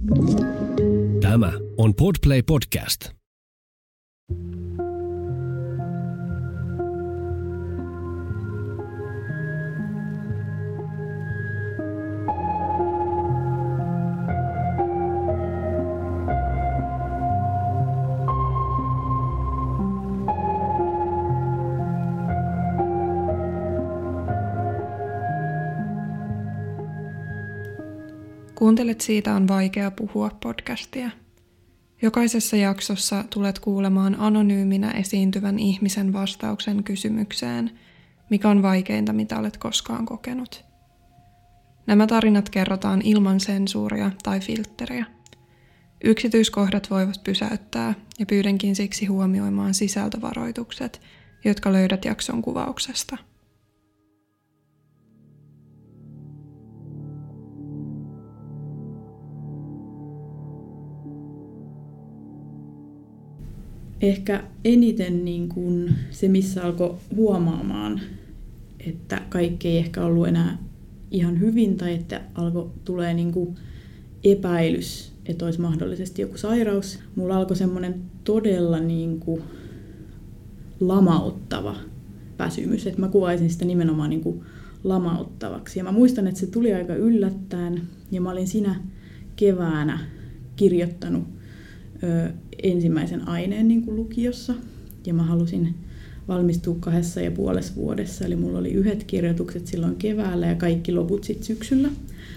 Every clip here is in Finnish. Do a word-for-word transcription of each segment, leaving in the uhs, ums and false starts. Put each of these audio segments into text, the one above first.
Tämä on Podplay Podcast. Kuuntelet Siitä on vaikea puhua podcastia. Jokaisessa jaksossa tulet kuulemaan anonyyminä esiintyvän ihmisen vastauksen kysymykseen, mikä on vaikeinta, mitä olet koskaan kokenut. Nämä tarinat kerrotaan ilman sensuuria tai filtteriä. Yksityiskohdat voivat pysäyttää ja pyydänkin siksi huomioimaan sisältövaroitukset, jotka löydät jakson kuvauksesta. Ehkä eniten niin kuin se, missä alkoi huomaamaan, että kaikki ei ehkä ollut enää ihan hyvin tai että alkoi tulee niin kuin epäilys, että olisi mahdollisesti joku sairaus. Mulla alkoi semmoinen todella niin kuin lamauttava väsymys, että mä kuvaisin sitä nimenomaan niin kuin lamauttavaksi. Ja mä muistan, että se tuli aika yllättäen ja mä olin siinä keväänä kirjoittanut ö, ensimmäisen aineen niin kuin lukiossa ja mä halusin valmistua kahdessa ja puolessa vuodessa, eli mulla oli yhdet kirjoitukset silloin keväällä ja kaikki loput sitten syksyllä.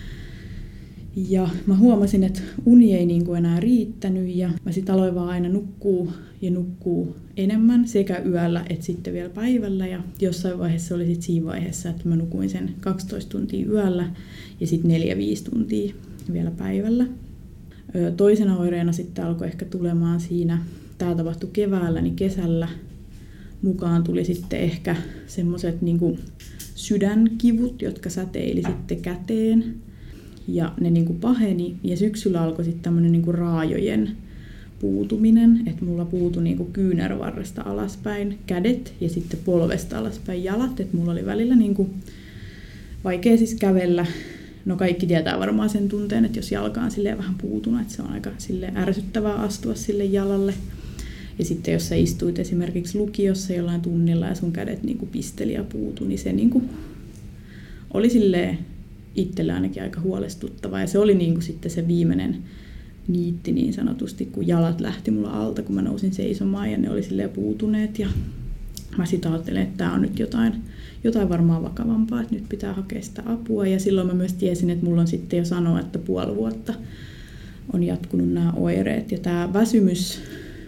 Ja mä huomasin, että uni ei niin kuin enää riittänyt ja mä sitten aloin vaan aina nukkuu ja nukkuu enemmän sekä yöllä että sitten vielä päivällä ja jossain vaiheessa oli sitten siinä vaiheessa, että mä nukuin sen kaksitoista tuntia yöllä ja sitten neljä viisi tuntia vielä päivällä. Toisena oireena sitten alkoi ehkä tulemaan siinä, tämä tapahtui keväällä, niin kesällä mukaan tuli sitten ehkä semmoiset niinku sydänkivut, jotka säteili sitten käteen ja ne niinku paheni ja syksyllä alkoi sitten tämmöinen niinku raajojen puutuminen, että mulla puutui niinku kyynärvarresta alaspäin kädet ja sitten polvesta alaspäin jalat, että mulla oli välillä niinku vaikea siis kävellä. No kaikki tietää varmaan sen tunteen, että jos jalka on silleen vähän puutunut, että se on aika silleen ärsyttävää astua sille jalalle. Ja sitten jos sä istuit esimerkiksi lukiossa jollain tunnilla ja sun kädet niinku pisteli ja puutu, niin se niinku oli silleen itselle ainakin aika huolestuttavaa. Ja se oli niinku sitten se viimeinen niitti niin sanotusti, kun jalat lähti mulla alta, kun mä nousin seisomaan ja ne oli silleen puutuneet. Ja mä sitten ajattelin, että tää on nyt jotain, jotain varmaan vakavampaa, että nyt pitää hakea sitä apua. Ja silloin mä myös tiesin, että mulla on sitten jo sanoa, että puoli vuotta on jatkunut nämä oireet. Ja tämä väsymys,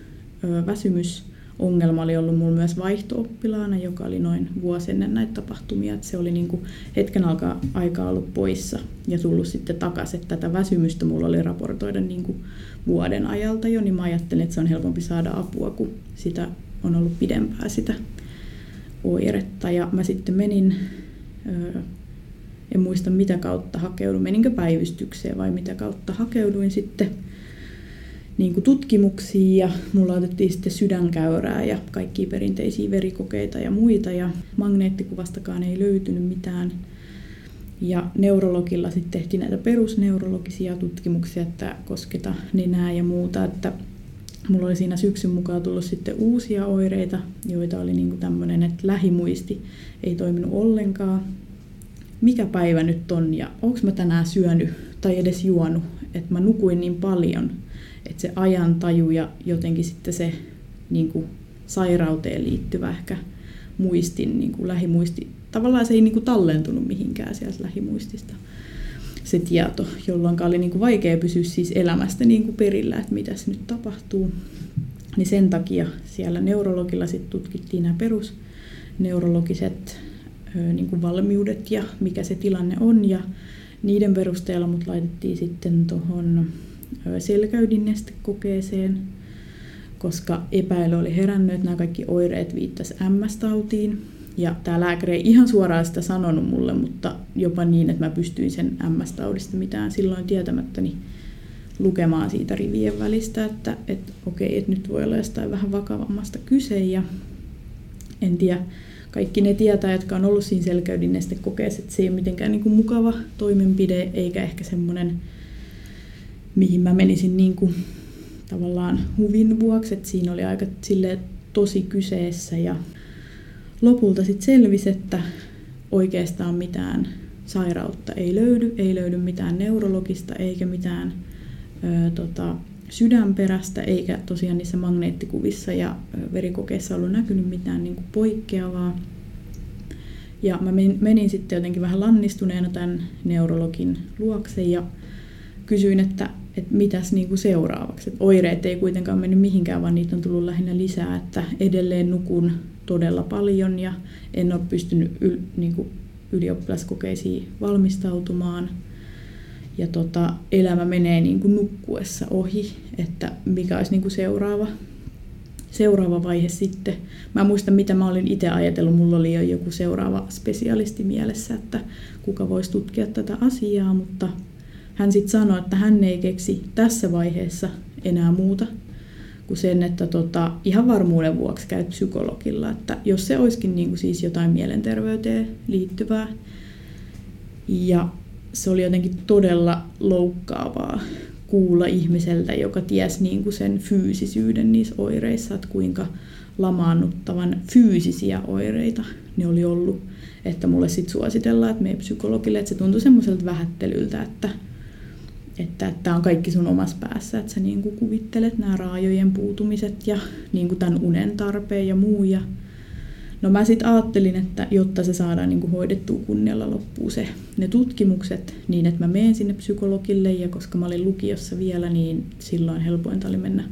väsymysongelma oli ollut mulla myös vaihto-oppilaana, joka oli noin vuosi ennen näitä tapahtumia. Että se oli niinku hetken aikaa ollut poissa ja tullut sitten takaisin. Että tätä väsymystä mulla oli raportoida niinku vuoden ajalta jo, niin mä ajattelin, että se on helpompi saada apua, kun sitä on ollut pidempään sitä oiretta. Ja mä sitten menin, öö, en muista mitä kautta hakeuduin, meninkö päivystykseen vai mitä kautta hakeuduin sitten niin kuin tutkimuksiin ja mulla otettiin sitten sydänkäyrää ja kaikkia perinteisiä verikokeita ja muita ja magneettikuvastakaan ei löytynyt mitään. Ja neurologilla sitten tehtiin näitä perusneurologisia tutkimuksia, että kosketa nenää ja muuta, että mulla oli siinä syksyn mukaan tullut sitten uusia oireita, joita oli niinku tämmöinen, että lähimuisti ei toiminut ollenkaan. Mikä päivä nyt on ja onko mä tänään syönyt tai edes juonut, että mä nukuin niin paljon, että se ajantaju ja jotenkin sitten se niinku sairauteen liittyvä ehkä muistin, niinku lähimuisti, tavallaan se ei niinku tallentunut mihinkään sieltä lähimuistista. Se tieto, jolloin oli niin kuin vaikea pysyä siis elämästä niin kuin perillä, että mitä se nyt tapahtuu. Niin sen takia siellä neurologilla sit tutkittiin nämä perusneurologiset ö, niin kuin valmiudet ja mikä se tilanne on. Ja niiden perusteella mut laitettiin sitten tuohon selkäydinnestekokeeseen, koska epäily oli herännyt, että nämä kaikki oireet viittasi M S-tautiin. Ja tämä lääkäri ei ihan suoraan sitä sanonut mulle, mutta jopa niin, että mä pystyin sen M S-taudista mitään silloin tietämättäni lukemaan siitä rivien välistä, että, että okei, että nyt voi olla jostain vähän vakavammasta kyse. Ja en tiedä, kaikki ne tietää, jotka on ollut siinä selkäydinestekokeessa, että se ei ole mitenkään niin kuin mukava toimenpide, eikä ehkä semmoinen mihin mä menisin niin kuin tavallaan huvin vuoksi, että siinä oli aika silleen tosi kyseessä ja lopulta sitten selvisi, että oikeastaan mitään sairautta ei löydy, ei löydy mitään neurologista eikä mitään ö, tota, sydänperäistä, eikä tosiaan niissä magneettikuvissa ja verikokeissa ollut näkynyt mitään niin kuin poikkeavaa. Ja mä menin sitten jotenkin vähän lannistuneena tämän neurologin luokse ja kysyin, että, että mitäs niin kuin seuraavaksi. Että oireet ei kuitenkaan mennyt mihinkään, vaan niitä on tullut lähinnä lisää, että edelleen nukun todella paljon ja en ole pystynyt yl, niin kuin ylioppilaskokeisiin valmistautumaan. Ja tota, elämä menee niin kuin nukkuessa ohi, että mikä olisi niin kuin seuraava, seuraava vaihe sitten. Mä muistan, mitä mä olin itse ajatellut. Mulla oli jo joku seuraava spesialisti mielessä, että kuka voisi tutkia tätä asiaa, mutta hän sitten sanoi, että hän ei keksi tässä vaiheessa enää muuta kuin sen, että tota, ihan varmuuden vuoksi käyt psykologilla. Että jos se olisikin niin kuin siis jotain mielenterveyteen liittyvää. Ja se oli jotenkin todella loukkaavaa kuulla ihmiseltä, joka tiesi niin kuin sen fyysisyyden niissä oireissa, että kuinka lamaannuttavan fyysisiä oireita ne oli ollut. Että mulle sitten suositellaan, että mene psykologille, että se tuntui semmoiselta vähättelyltä, että että tämä on kaikki sun omassa päässä, että sä niin kuin kuvittelet nämä raajojen puutumiset ja niin kuin tämän unen tarpeen ja muu. Ja no mä sitten ajattelin, että jotta se saadaan niin kuin hoidettua kunnialla loppuun se, ne tutkimukset, niin että mä menen sinne psykologille ja koska mä olin lukiossa vielä, niin silloin helpointa oli mennä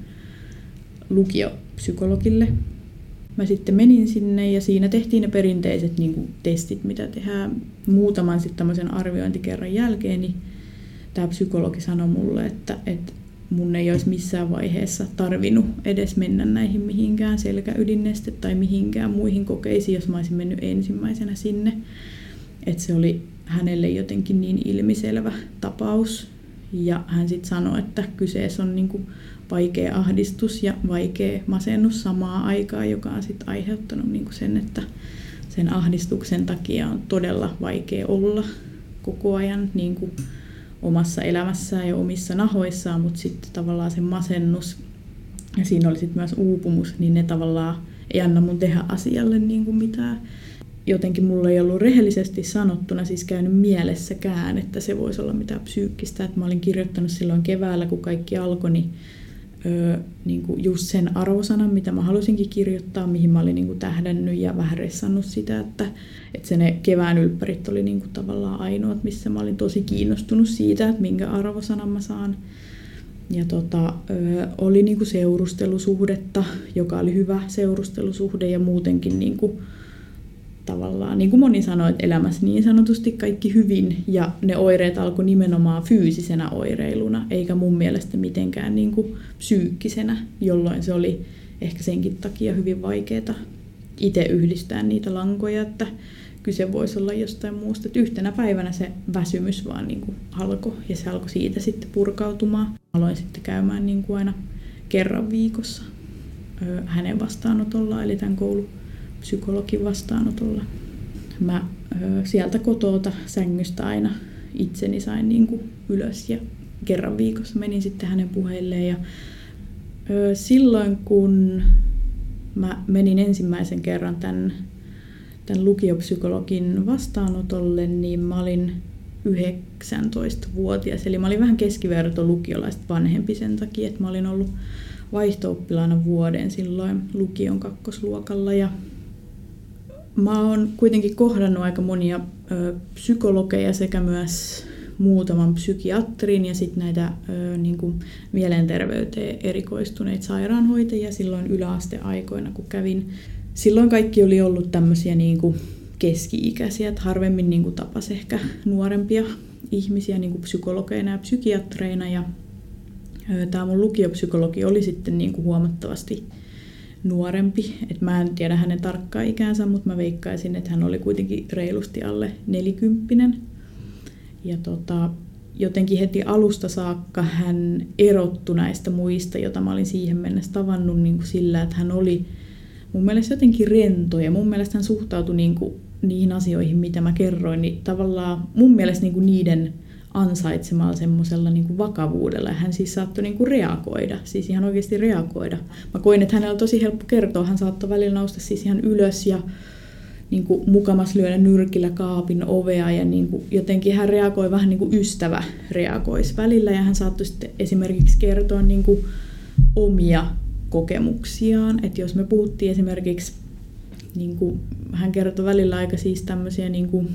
lukiopsykologille. Mä sitten menin sinne ja siinä tehtiin ne perinteiset niin kuin testit, mitä tehdään muutaman sitten tämmöisen arviointikerran jälkeen, niin tämä psykologi sanoi mulle, että, että mun ei olisi missään vaiheessa tarvinnut edes mennä näihin mihinkään selkäydinneste tai mihinkään muihin kokeisiin, jos mä olisin mennyt ensimmäisenä sinne. Että se oli hänelle jotenkin niin ilmiselvä tapaus. Ja hän sitten sanoi, että kyseessä on niinku vaikea ahdistus ja vaikea masennus samaan aikaan, joka on sitten aiheuttanut niinku sen, että sen ahdistuksen takia on todella vaikea olla koko ajan niinku omassa elämässään ja omissa nahoissaan, mutta sitten tavallaan se masennus ja siinä oli sitten myös uupumus, niin ne tavallaan ei anna mun tehdä asialle niin kuin mitään. Jotenkin mulla ei ollut rehellisesti sanottuna siis käynyt mielessäkään, että se voisi olla mitään psyykkistä. Että mä olin kirjoittanut silloin keväällä, kun kaikki alkoi, niin, öö, niin kuin just sen arvosanan, mitä mä halusinkin kirjoittaa, mihin mä olin niin kuin tähdännyt ja vähän ressannut sitä, että, että se ne kevään ylppärit oli niin kuin tavallaan ainoat, missä mä olin tosi kiinnostunut siitä, että minkä arvosanan mä saan. Ja tota, öö, oli niin kuin seurustelusuhdetta, joka oli hyvä seurustelusuhde ja muutenkin niin kuin tavallaan, niin kuin moni sanoi, että elämässä niin sanotusti kaikki hyvin ja ne oireet alkoi nimenomaan fyysisenä oireiluna, eikä mun mielestä mitenkään niin kuin psyykkisenä, jolloin se oli ehkä senkin takia hyvin vaikeaa itse yhdistää niitä lankoja, että kyse voisi olla jostain muusta. Että yhtenä päivänä se väsymys vaan niin kuin alkoi ja se alkoi siitä sitten purkautumaan. Aloin sitten käymään niin kuin aina kerran viikossa hänen vastaanotollaan, eli tämän koulupsykologin vastaanotolla. Mä sieltä kotota sängystä aina itseni sain niin kuin ylös ja kerran viikossa menin sitten hänen puheilleen. Ja silloin kun mä menin ensimmäisen kerran tämän, tämän lukiopsykologin vastaanotolle, niin mä olin yhdeksäntoistavuotias. Eli mä olin vähän keskiverto lukiolaista vanhempi sen takia, että mä olin ollut vaihto-oppilaana vuoden silloin lukion kakkosluokalla. Ja mä oon kuitenkin kohdannut aika monia ö, psykologeja sekä myös muutaman psykiatrin ja sitten näitä ö, niin kuin mielenterveyteen erikoistuneita sairaanhoitajia silloin yläasteaikoina, kun kävin. Silloin kaikki oli ollut tämmöisiä niin kuin keski-ikäisiä, että harvemmin niin kuin tapas ehkä nuorempia ihmisiä niin kuin psykologeina ja psykiatreina. Ja ö, tämä mun lukiopsykologi oli sitten niin kuin huomattavasti nuorempi. Et mä en tiedä hänen tarkkaa ikäänsä, mutta mä veikkaisin, että hän oli kuitenkin reilusti alle nelikymppinen. Ja tota, jotenkin heti alusta saakka hän erottui näistä muista, joita mä olin siihen mennessä tavannut niin kuin sillä, että hän oli mun mielestä jotenkin rento ja mun mielestä hän suhtautui niin kuin niihin asioihin, mitä mä kerroin, niin tavallaan mun mielestä niin kuin niiden ansaitsemalla semmoisella niin kuin vakavuudella. Ja hän siis saattoi niin kuin reagoida, siis ihan oikeasti reagoida. Mä koin, että hänellä oli tosi helppo kertoa. Hän saattoi välillä nousta siis ihan ylös ja niin kuin mukamas lyödä nyrkillä kaapin ovea. Ja niin kuin jotenkin hän reagoi vähän niin kuin ystävä reagoisi välillä. Ja hän saattoi sitten esimerkiksi kertoa niin kuin omia kokemuksiaan. Että jos me puhuttiin esimerkiksi, niin kuin hän kertoi välillä aika siis tämmöisiä niin kuin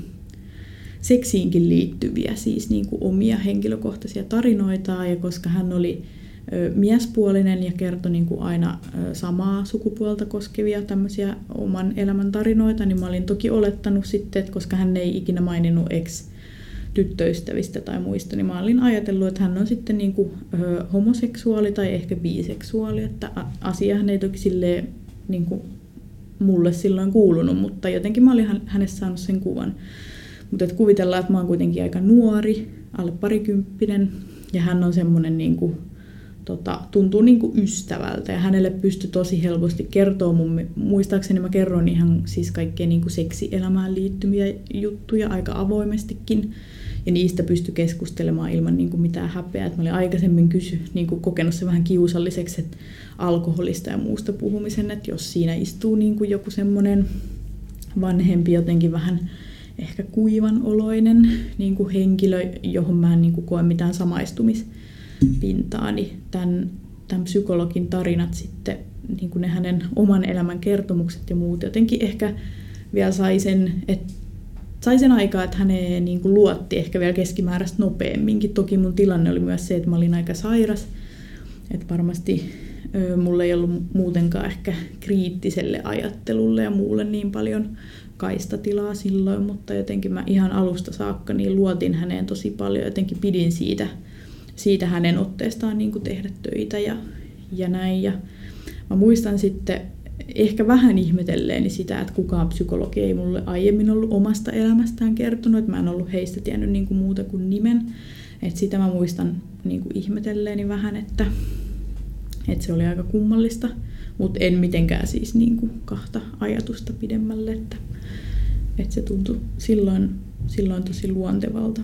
seksiinkin liittyviä siis niin kuin omia henkilökohtaisia tarinoitaan, ja koska hän oli ö, miespuolinen ja kertoi niin kuin aina ö, samaa sukupuolta koskevia tämmöisiä oman elämän tarinoita, niin mä olin toki olettanut sitten, että koska hän ei ikinä maininnut ex-tyttöystävistä tai muista, niin mä olin ajatellut, että hän on sitten niin kuin, ö, homoseksuaali tai ehkä biseksuaali, että asiahan ei toki silleen niin kuin mulle silloin kuulunut, mutta jotenkin mä olin hänessä saanut sen kuvan. Mutta kuvitellaan, että mä oon kuitenkin aika nuori, alle parikymppinen, ja hän on semmoinen, niin kuin, tota, tuntuu niin kuin ystävältä, ja hänelle pystyi tosi helposti kertoa mun, muistaakseni mä kerron ihan siis kaikkea niin kuin seksielämään liittyviä juttuja aika avoimestikin, ja niistä pystyi keskustelemaan ilman niin kuin mitään häpeää. Et mä olin aikaisemmin kysy, niin kuin kokenut se vähän kiusalliseksi, että alkoholista ja muusta puhumisen, että jos siinä istuu niin kuin joku semmoinen vanhempi, jotenkin vähän ehkä kuivan oloinen niin kuin henkilö, johon mä en niin kuin koe mitään samaistumispintaa, niin tämän, tämän psykologin tarinat sitten, niin kuin ne hänen oman elämän kertomukset ja muut, jotenkin ehkä vielä sai sen, että sai sen aikaa, että häneen niin kuin luotti ehkä vielä keskimääräistä nopeamminkin. Toki mun tilanne oli myös se, että mä olin aika sairas, että varmasti ö, mulla ei ollut muutenkaan ehkä kriittiselle ajattelulle ja muulle niin paljon kaistatilaa silloin, mutta jotenkin mä ihan alusta saakka niin luotin häneen tosi paljon, jotenkin pidin siitä, siitä hänen otteestaan niin kuin tehdä töitä ja, ja näin. Ja mä muistan sitten ehkä vähän ihmetelleeni sitä, että kukaan psykologi ei mulle aiemmin ollut omasta elämästään kertonut, että mä en ollut heistä tiennyt niin kuin muuta kuin nimen. Et sitä mä muistan niin kuin ihmetelleeni vähän, että, että se oli aika kummallista, mutta en mitenkään siis niin kuin kahta ajatusta pidemmälle, että, että se tuntui silloin, silloin tosi luontevalta.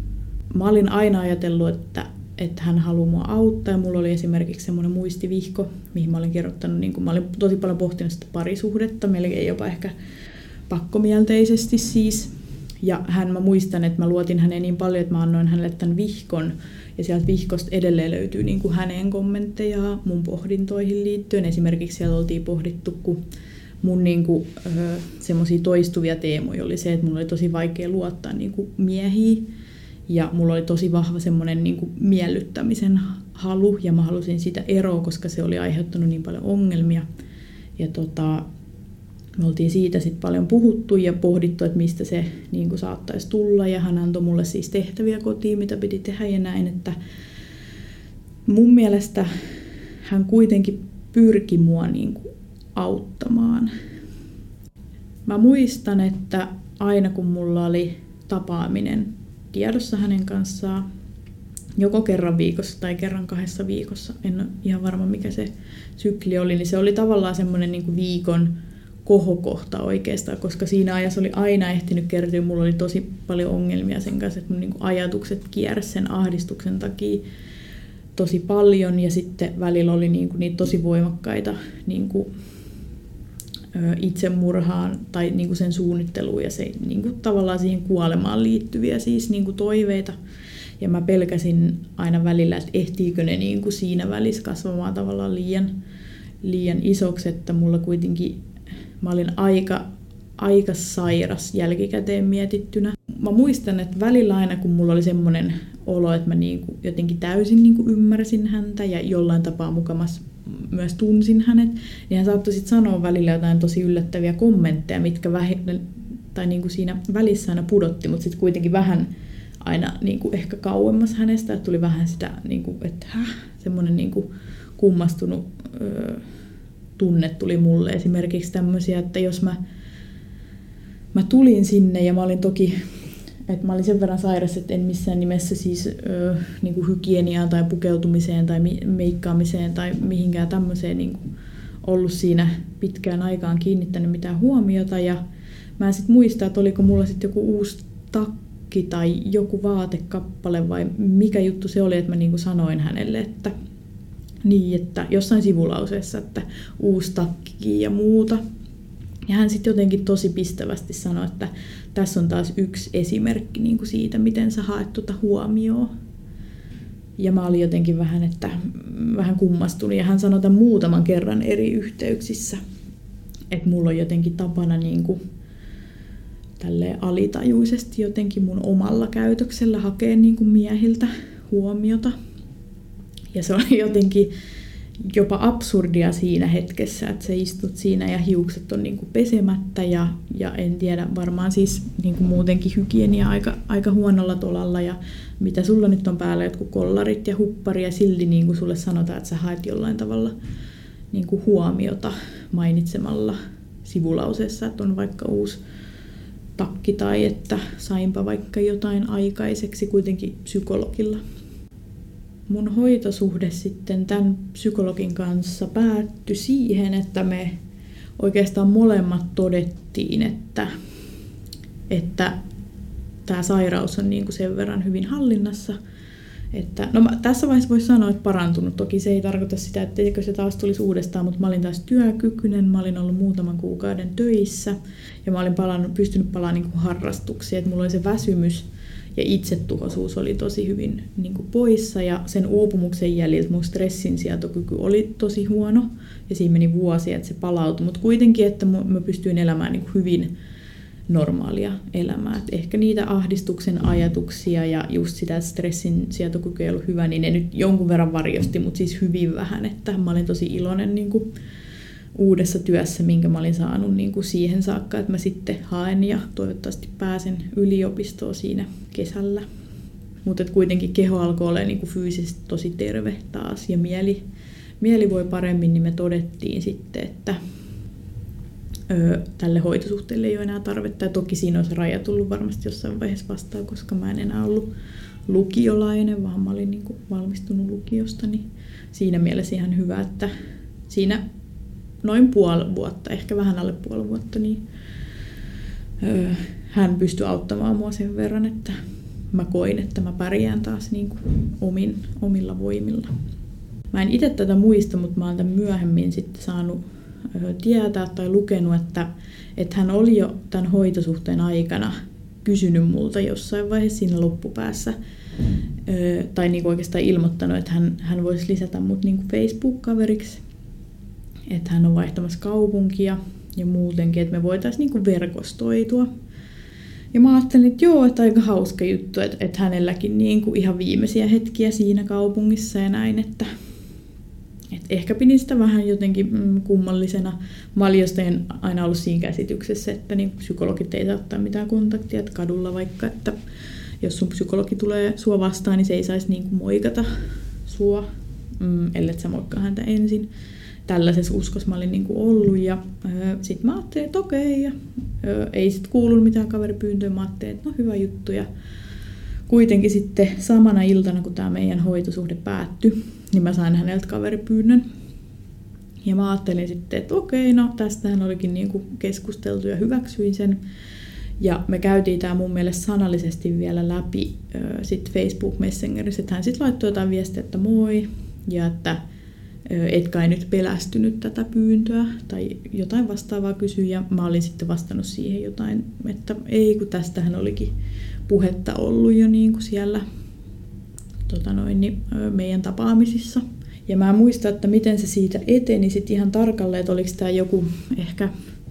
Mä olin aina ajatellut, että, että hän haluaa mua auttaa, ja mulla oli esimerkiksi semmoinen muistivihko, mihin mä olin kirjoittanut, niin kuin mä olin tosi paljon pohtinut sitä parisuhdetta, melkein jopa ehkä pakkomielteisesti siis. Ja hän, mä muistan, että mä luotin häneen niin paljon, että mä annoin hänelle tämän vihkon, ja sieltä vihkosta edelleen löytyy niin kuin hänen kommentteja mun pohdintoihin liittyen. Esimerkiksi siellä oltiin pohdittu, kun mun niin kuin, öö, semmoisia toistuvia teemoja oli se, että mulla oli tosi vaikea luottaa niin kuin miehiin, ja mulla oli tosi vahva semmoinen niin kuin miellyttämisen halu, ja mä halusin sitä eroa, koska se oli aiheuttanut niin paljon ongelmia. Ja tota, me oltiin siitä sitten paljon puhuttu ja pohdittu, että mistä se niin kuin saattaisi tulla, ja hän antoi mulle siis tehtäviä kotiin, mitä piti tehdä ja näin, että mun mielestä hän kuitenkin pyrki mua niin kuin auttamaan. Mä muistan, että aina kun mulla oli tapaaminen tiedossa hänen kanssaan, joko kerran viikossa tai kerran kahdessa viikossa, en ole ihan varma mikä se sykli oli, niin se oli tavallaan semmoinen niin kuin viikon kohokohta oikeastaan, koska siinä ajassa oli aina ehtinyt kertyä, mulla oli tosi paljon ongelmia sen kanssa, että mun niin kuin ajatukset kiersi sen ahdistuksen takia tosi paljon, ja sitten välillä oli niin kuin niitä tosi voimakkaita niin kuin itsemurhaan tai niin kuin sen suunnitteluun ja se, niin kuin tavallaan siihen kuolemaan liittyviä siis niin kuin toiveita. Ja mä pelkäsin aina välillä, että ehtiikö ne niin kuin siinä välissä kasvamaan tavallaan liian, liian isoksi, että mulla kuitenkin mä olin aika, aika sairas jälkikäteen mietittynä. Mä muistan, että välillä aina kun mulla oli semmoinen olo, että mä niin kuin jotenkin täysin niin kuin ymmärsin häntä ja jollain tapaa mukamas myös tunsin hänet, niin hän saattoi sitten sanoa välillä jotain tosi yllättäviä kommentteja, mitkä väh- tai niin kuin siinä välissä aina pudotti, mutta sitten kuitenkin vähän aina niin kuin ehkä kauemmas hänestä, että tuli vähän sitä, niin kuin, että häh, semmoinen niin kuin kummastunut öö, tunne tuli mulle. Esimerkiksi tämmöisiä, että jos mä, mä tulin sinne ja mä olin toki, että mä olin sen verran sairas, että en missään nimessä siis ö, niin kuin hygieniaan tai pukeutumiseen tai meikkaamiseen tai mihinkään tämmöiseen niin kuin ollut siinä pitkään aikaan kiinnittänyt mitään huomiota. Ja mä en sit muista, että oliko mulla sitten joku uusi takki takki tai joku vaatekappale vai mikä juttu se oli, että mä niinku sanoin hänelle, että niin, että jossain sivulauseessa, että uusi takki ja muuta. Ja hän sitten jotenkin tosi pistävästi sanoi, että tässä on taas yksi esimerkki niin kuin siitä, miten sä haet tuota huomioon. Ja mä olin jotenkin vähän, että, vähän kummastunut. Ja hän sanoi tämän muutaman kerran eri yhteyksissä, että mulla on jotenkin tapana niin kuin tälleen alitajuisesti jotenkin mun omalla käytöksellä hakea niin kuin miehiltä huomiota. Ja se oli jotenkin jopa absurdia siinä hetkessä, että sä istut siinä ja hiukset on niin kuin pesemättä ja, ja en tiedä, varmaan siis niin kuin muutenkin hygienia aika, aika huonolla tolalla ja mitä sulla nyt on päällä, jotkut kollarit ja huppari ja silti niin kuin sulle sanotaan, että sä haet jollain tavalla niin kuin huomiota mainitsemalla sivulauseessa, että on vaikka uusi takki tai että sainpa vaikka jotain aikaiseksi kuitenkin psykologilla. Mun hoitosuhde sitten tämän psykologin kanssa päättyi siihen, että me oikeastaan molemmat todettiin, että, että tämä sairaus on niin kuin sen verran hyvin hallinnassa. Että, no mä, tässä vaiheessa voisi sanoa, että parantunut. Toki se ei tarkoita sitä, että eikö se taas tulisi uudestaan, mutta mä olin taas työkykyinen, mä olin ollut muutaman kuukauden töissä ja mä olin palannut, pystynyt palaamaan niin kuin harrastuksiin. Että mulla oli se väsymys ja itsetuhoisuus oli tosi hyvin niin kuin poissa ja sen uupumuksen jäljiltä mun stressinsietokyky oli tosi huono ja siinä meni vuosia, että se palautui, mutta kuitenkin, että mä pystyin elämään niin kuin hyvin normaalia elämää. Et ehkä niitä ahdistuksen ajatuksia ja just sitä stressinsietokyky ei ollut hyvä, niin ne nyt jonkun verran varjosti, mutta siis hyvin vähän, että mä olin tosi iloinen niin kuin uudessa työssä, minkä mä olin saanut niin kuin siihen saakka, että mä sitten haen ja toivottavasti pääsen yliopistoon siinä kesällä. Mutta kuitenkin keho alkoi olla niin kuin fyysisesti tosi terve taas ja mieli, mieli voi paremmin, niin me todettiin sitten, että öö, tälle hoitosuhteelle ei ole enää tarvetta. Ja toki siinä olisi raja tullut varmasti jossain vaiheessa vastaan, koska mä en enää ollut lukiolainen, vaan mä olin niin kuin valmistunut lukiosta. Niin siinä mielessä ihan hyvä, että siinä noin puoli vuotta, ehkä vähän alle puoli vuotta, niin öö, hän pystyi auttamaan mua sen verran, että mä koin, että mä pärjään taas niin kuin omin, omilla voimilla. Mä en itse tätä muista, mutta mä oon tämän myöhemmin sitten saanut öö, tietää tai lukenut, että, että hän oli jo tämän hoitosuhteen aikana kysynyt multa jossain vaiheessa siinä loppupäässä, öö, tai niin kuin oikeastaan ilmoittanut, että hän, hän voisi lisätä mut niin kuin Facebook-kaveriksi. Että hän on vaihtamassa kaupunkia ja muutenkin, että me voitaisiin niinku verkostoitua. Ja mä ajattelin, että joo, että aika hauska juttu, että, että hänelläkin niinku ihan viimeisiä hetkiä siinä kaupungissa ja näin, että, että ehkä pidin sitä vähän jotenkin mm, kummallisena. Mä olin jostain aina ollut siinä käsityksessä, että niin psykologit ei saa ottaa mitään kontaktia, että kadulla vaikka, että jos sun psykologi tulee sua vastaan, niin se ei saisi niinku moikata sua, mm, ellei sä moikkaa häntä ensin. Tällaisessa uskossa mä olin niin kuin ollut ja sitten mä ajattelin, että okei ja ö, ei sitten kuulunut mitään kaveripyyntöä. Mä ajattelin, että no hyvä juttu ja kuitenkin sitten samana iltana, kun tämä meidän hoitosuhde päättyi, niin mä sain häneltä kaveripyynnön. Ja mä ajattelin sitten, että okei, no tästähän olikin niin kuin keskusteltu ja hyväksyin sen. Ja me käytiin tämä mun mielestä sanallisesti vielä läpi ö, sit Facebook Messengerissä, että hän sitten laittoi jotain viestiä, että moi ja että etkä ei nyt pelästynyt tätä pyyntöä tai jotain vastaavaa kysyi ja mä olin sitten vastannut siihen jotain, että ei kun tästähän olikin puhetta ollut jo niin kuin siellä tota noin, niin, meidän tapaamisissa. Ja mä muistan, että miten se siitä eteni sitten ihan tarkalleen, että oliko tämä joku ehkä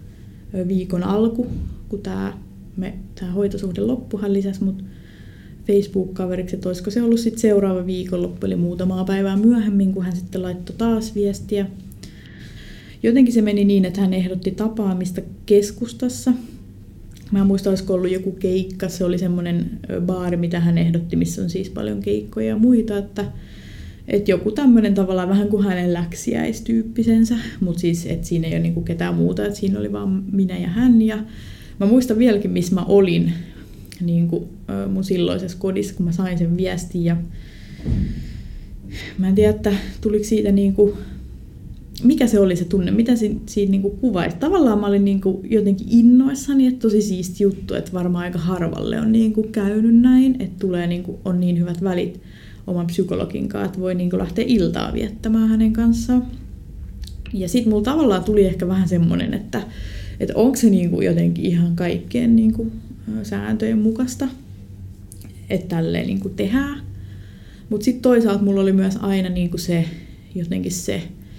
viikon alku, kun tämä, me, tämä hoitosuhde loppui, hän lisäsi mut Facebook-kaveriksi, että olisiko se ollut sitten seuraava viikonloppu, eli muutamaa päivää myöhemmin, kun hän sitten laittoi taas viestiä. Jotenkin se meni niin, että hän ehdotti tapaamista keskustassa. Mä en muista, olisiko ollut joku keikka, se oli semmoinen baari, mitä hän ehdotti, missä on siis paljon keikkoja ja muita, että, että joku tämmöinen tavallaan vähän kuin hänen läksiäistyyppisensä, mutta siis, että siinä ei ole niinku ketään muuta, että siinä oli vaan minä ja hän. Ja mä muistan vieläkin, missä mä olin, niin kuin mun silloisessa kodissa, kun mä sain sen viestin. Ja mä en tiedä, että tuliko siitä niin kuin mikä se oli se tunne, mitä siinä, siinä niin kuin kuvaisi. Tavallaan mä olin niin kuin jotenkin innoissani, että tosi siisti juttu, että varmaan aika harvalle on niin kuin käynyt näin, että tulee niin kuin, on niin hyvät välit oman psykologin kanssa, että voi niin kuin lähteä iltaa viettämään hänen kanssaan. Ja sitten mulla tavallaan tuli ehkä vähän semmoinen, että, että onko se niin kuin jotenkin ihan kaikkien niin kuin sääntöjen mukaista, että tälleen niin kuin tehdään. Mutta sitten toisaalta mulla oli myös aina niin kuin se, jotenkin se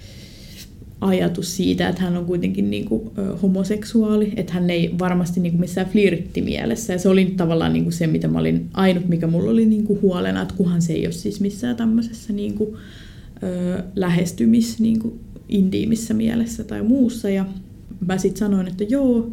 ajatus siitä, että hän on kuitenkin niin kuin homoseksuaali, että hän ei varmasti niin kuin missään flirttimielessä. Ja se oli tavallaan niin kuin se, mitä mä olin ainut, mikä mulla oli niin kuin huolena, että kuhan se ei ole siis missään tämmöisessä niin kuin, ö, lähestymis niin kuin intiimissä mielessä tai muussa. Ja mä sitten sanoin, että joo.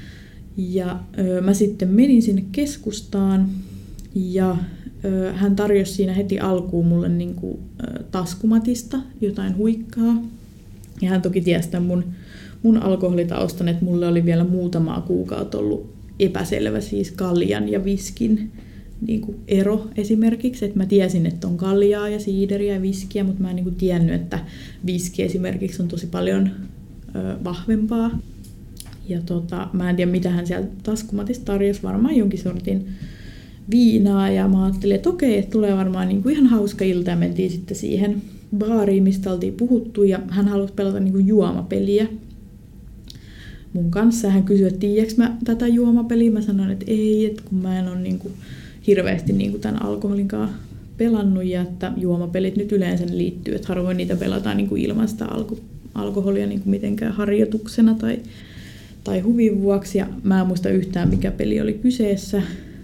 Ja ö, mä sitten menin sinne keskustaan ja ö, hän tarjosi siinä heti alkuun mulle niin kuin, ö, taskumatista jotain huikkaa. Ja hän toki tiesi tämän mun, mun alkoholitaustan, että mulle oli vielä muutamaa kuukautta ollut epäselvä siis kaljan ja viskin niin kuin ero esimerkiksi. Että mä tiesin, että on kaljaa ja siideriä ja viskiä, mutta mä en niin kuin tiennyt, että viski esimerkiksi on tosi paljon ö, vahvempaa. Ja tota, mä en tiedä, mitä hän sieltä taskumatista tarjosi, varmaan jonkin sortin viinaa. Ja mä ajattelin, että okei, että tulee varmaan niin kuin ihan hauska ilta ja mentiin sitten siihen baariin, mistä oltiin puhuttu, ja hän halusi pelata niin kuin juomapeliä mun kanssa. Hän kysyi, että tiedätkö mä tätä juomapeliä? Mä sanoin, että ei, että kun mä en ole niin kuin hirveästi niin kuin tämän alkoholin kanssa pelannut, ja että juomapelit nyt yleensä liittyy, että harvoin niitä pelataan niin kuin ilman sitä alko- alkoholia niin kuin mitenkään harjoituksena tai, tai huvin vuoksi. Ja mä en muista yhtään, mikä peli oli kyseessä.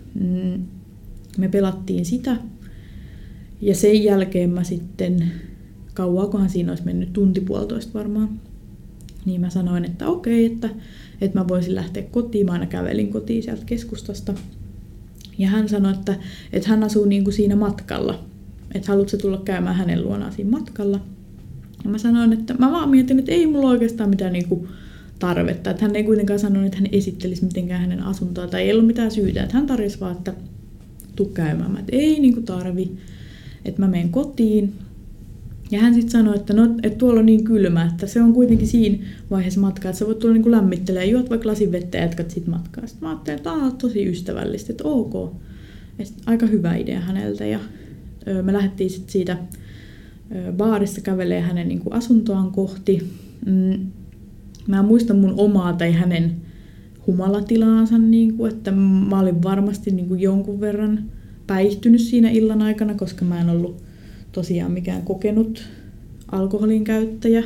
Me pelattiin sitä, ja sen jälkeen mä sitten, kauaakohan siinä olisi mennyt tunti puolitoista varmaan, niin mä sanoin, että okei, että, että mä voisin lähteä kotiin. Mä aina kävelin kotiin sieltä keskustasta. Ja hän sanoi, että, että hän asuu niin kuin siinä matkalla, että haluatko tulla käymään hänen luonaan siinä matkalla. Ja mä sanoin, että mä vaan mietin, että ei mulla oikeastaan mitään niin kuin tarvetta. Että hän ei kuitenkaan sanonut, että hän esittelisi mitenkään hänen asuntoa, tai ei ollut mitään syytä. Että hän tarjosi vaan, että tuu käymään. Mä, että ei niin kuin tarvi, että mä menen kotiin. Ja hän sitten sanoi, että, no, että tuolla on niin kylmä, että se on kuitenkin siinä vaiheessa matkaa, että sä voit tulla niin kuin lämmittelemään, juot vaikka lasin vettä ja jatkat sit matkaa. Sitten mä ajattelin, että tämä on tosi ystävällistä, että ok. Ja aika hyvä idea häneltä. Ja ö, me lähdettiin sitten siitä ö, baarista kävelee hänen niin kuin asuntoaan kohti. Mm, mä en muista mun omaa tai hänen humalatilaansa, niin kuin, että mä olin varmasti niin kuin jonkun verran päihtynyt siinä illan aikana, koska mä en ollut tosiaan mikään kokenut alkoholin käyttäjä.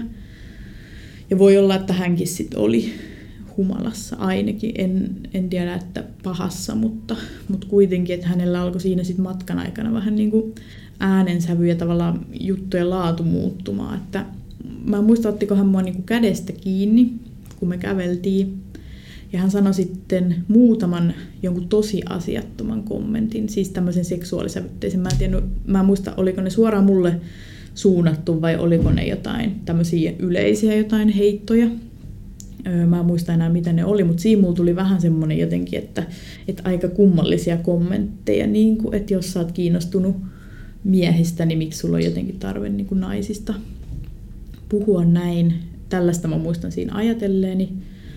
Ja voi olla, että hänkin sitten oli humalassa ainakin. En, en tiedä, että pahassa, mutta, mutta kuitenkin, että hänellä alkoi siinä sitten matkan aikana vähän niin kuin äänensävy ja tavallaan juttujen laatu muuttumaan. Että mä en muista, ottiko hän mua niin kuin kädestä kiinni, kun me käveltiin. Ja hän sanoi sitten muutaman jonkun tosi asiattoman kommentin, siis tämmöisen seksuaalisävytteisen. Mä en tiedä, mä en muista, oliko ne suoraan mulle suunnattu vai oliko ne jotain tämmöisiä yleisiä jotain heittoja. Mä en muista enää, mitä ne oli, mutta siinä mulla tuli vähän semmoinen jotenkin, että, että aika kummallisia kommentteja, niin kuin, että jos sä oot kiinnostunut miehistä, niin miksi sulla on jotenkin tarve niin kuin naisista puhua näin. Tällaista mä muistan siinä ajatelleeni.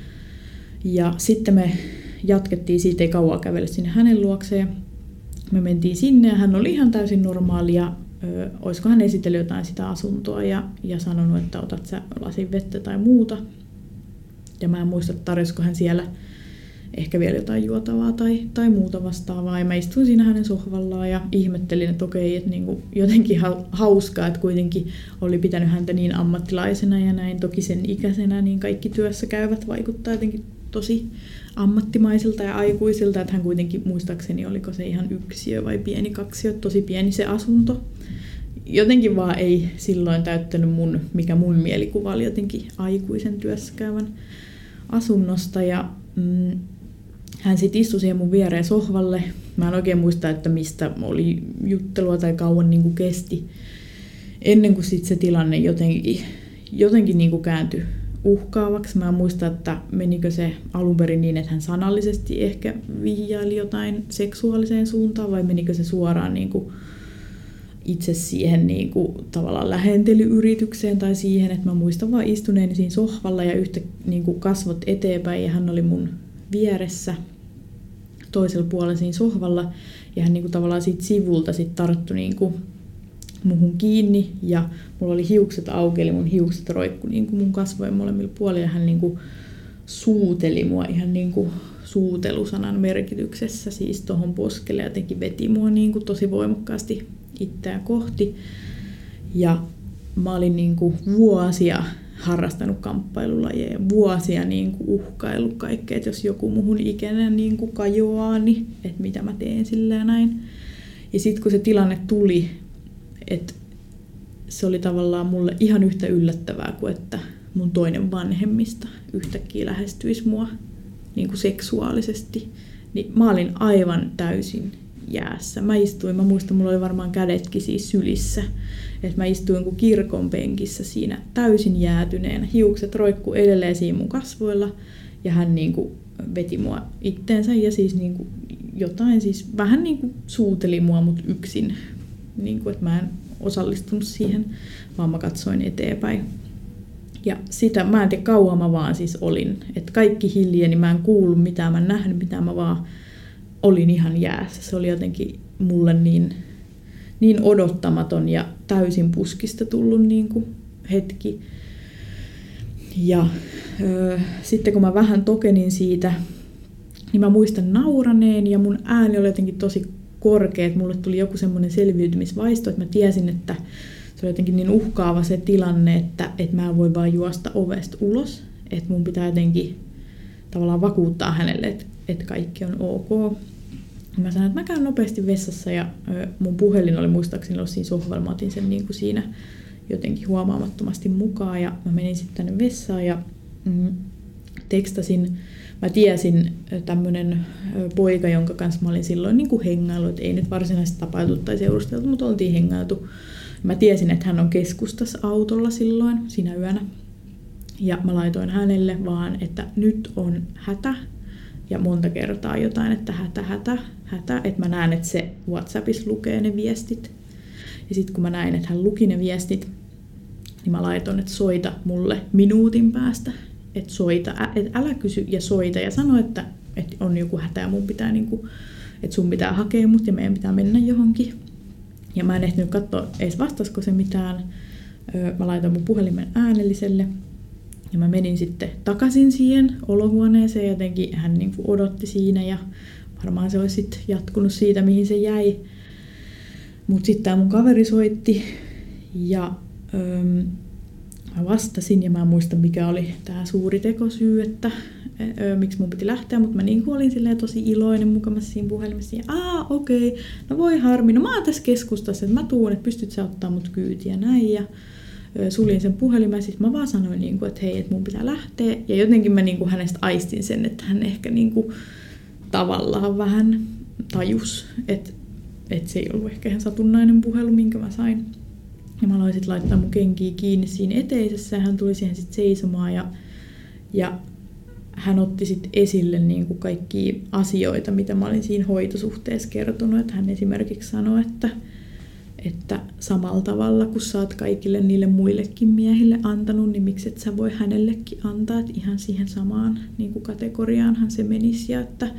Ja sitten me jatkettiin, siitä ei kauan kävellä sinne hänen luokseen. Me mentiin sinne ja hän oli ihan täysin normaali ja ö, olisiko hän esitellyt jotain sitä asuntoa ja, ja sanonut, että otat sä lasin vettä tai muuta. Ja mä en muista, tarjosiko hän siellä ehkä vielä jotain juotavaa tai, tai muuta vastaavaa. Ja mä istuin siinä hänen sohvallaan ja ihmettelin, että okei, että niinku jotenkin hauskaa, että kuitenkin oli pitänyt häntä niin ammattilaisena ja näin. Toki sen ikäisenä niin kaikki työssä käyvät vaikuttaa jotenkin tosi ammattimaisilta ja aikuisilta. Että hän kuitenkin, muistaakseni, oliko se ihan yksiö vai pieni kaksio, tosi pieni se asunto. Jotenkin vaan ei silloin täyttänyt mun, mikä mun mielikuva oli jotenkin aikuisen työssä käyvän asunnosta. Ja mm, hän sitten istui siihen mun viereen sohvalle. Mä en oikein muista, että mistä oli juttelua tai kauan niin kuin kesti. Ennen kuin sit se tilanne jotenkin, jotenkin niin kuin kääntyi uhkaavaksi. Mä en muista, että menikö se alun perin niin, että hän sanallisesti ehkä vihjaili jotain seksuaaliseen suuntaan, vai menikö se suoraan niin kuin itse siihen niin kuin, tavallaan lähentelyyritykseen tai siihen, että mä muistan vaan istuneeni siinä sohvalla ja yhtä niin kuin kasvot eteenpäin ja hän oli mun vieressä toisella puolella siinä sohvalla ja hän niin kuin, tavallaan siitä sivulta sit tarttui niin kuin, muhun kiinni ja mulla oli hiukset auki, eli mun hiukset roikku niin kuin mun kasvojen molemmilla puolilla ja hän niin kuin, suuteli mua ihan niin kuin suutelusanan merkityksessä siis tohon poskelle ja jotenkin veti mua niin kuin tosi voimakkaasti itseä kohti. Ja mä olin niin kuin vuosia harrastanut kamppailulajeja, vuosia niin kuin uhkaillut kaikkea, että jos joku muhun ikäinen niin kuin kajoaa, niin että mitä mä teen sillä ja näin. Ja sitten kun se tilanne tuli, että se oli tavallaan mulle ihan yhtä yllättävää kuin että mun toinen vanhemmista yhtäkkiä lähestyisi mua niin kuin seksuaalisesti, niin mä olin aivan täysin jäässä. Mä istuin, mä muistan, mulla oli varmaan kädetkin siis sylissä, että mä istuin kuin kirkon penkissä siinä täysin jäätyneenä. Hiukset roikkuu edelleen siinä mun kasvoilla ja hän niin kuin veti mua itteensä ja siis niin kuin jotain, siis vähän niin kuin suuteli mua mut yksin, niin kuin, että mä en osallistunut siihen, vaan mä katsoin eteenpäin. Ja sitä, mä en tiedä kauan mä vaan siis olin, että kaikki hiljeni, mä en kuullut mitään, mä en nähnyt mitään, mä vaan olin ihan jäässä. Se oli jotenkin mulle niin, niin odottamaton ja täysin puskista tullut niin kuin hetki. Ja ö, sitten kun mä vähän tokenin siitä, niin mä muistan nauraneen ja mun ääni oli jotenkin tosi korkea, että mulle tuli joku semmoinen selviytymisvaisto, että mä tiesin, että se oli jotenkin niin uhkaava se tilanne, että, että mä en voi vaan juosta ovesta ulos, että mun pitää jotenkin tavallaan vakuuttaa hänelle, että, että kaikki on ok. Mä sanoin, että mä käyn nopeasti vessassa ja mun puhelin oli muistaakseni ollut siinä sohvalla, mä otin sen niin kuin siinä jotenkin huomaamattomasti mukaan ja mä menin sitten tänne vessaan ja mm, tekstasin. Mä tiesin tämmönen poika, jonka kanssa mä olin silloin niin kuin hengailu, että ei nyt varsinaisesti tapailtu tai seurusteltu, mutta oltiin hengailtu. Mä tiesin, että hän on keskustassa autolla silloin, sinä yönä. Ja mä laitoin hänelle vaan, että nyt on hätä. Ja monta kertaa jotain, että hätä, hätä, hätä. Että mä näen, että se WhatsAppissa lukee ne viestit. Ja sitten kun mä näin, että hän luki ne viestit, niin mä laitoin, että soita mulle minuutin päästä. Että soita, että älä kysy ja soita. Ja sano, että, että on joku hätä ja mun pitää, niin kuin, että sun pitää hakea mut ja meidän pitää mennä johonkin. Ja mä en ehtinyt katsoa edes vastasko se mitään. Mä laitoin mun puhelimen äänelliselle. Ja mä menin sitten takaisin siihen olohuoneeseen. Jotenkin hän niin kuin odotti siinä ja varmaan se olisi sitten jatkunut siitä, mihin se jäi. Mutta sitten tää mun kaveri soitti ja öö, mä vastasin ja mä en muista mikä oli tää suuri tekosyy, että öö, miksi mun piti lähteä. Mutta mä niin kuin olin silleen tosi iloinen mukavasti siinä puhelimessa. Ja aa okei, okay, no voi harmi, no mä oon tässä keskustassa, että mä tuun, että pystyt sä ottaa mut kyytiä näin. Ja suljin sen puhelimen ja sitten mä vaan sanoin, että hei, että mun pitää lähteä. Ja jotenkin mä hänestä aistin sen, että hän ehkä tavallaan vähän tajus, että, että se ei ollut ehkä ihan satunnainen puhelu, minkä mä sain. Ja mä aloin sitten laittaa mun kenkiä kiinni siinä eteisessä ja hän tuli siihen sitten seisomaan. Ja, ja hän otti sitten esille kaikkia asioita, mitä mä olin siinä hoitosuhteessa kertonut. Että hän esimerkiksi sanoi, että että samalla tavalla, kun sä oot kaikille niille muillekin miehille antanut, niin miksi et sä voi hänellekin antaa, että ihan siihen samaan niin kuin kategoriaanhan se menisi, ja että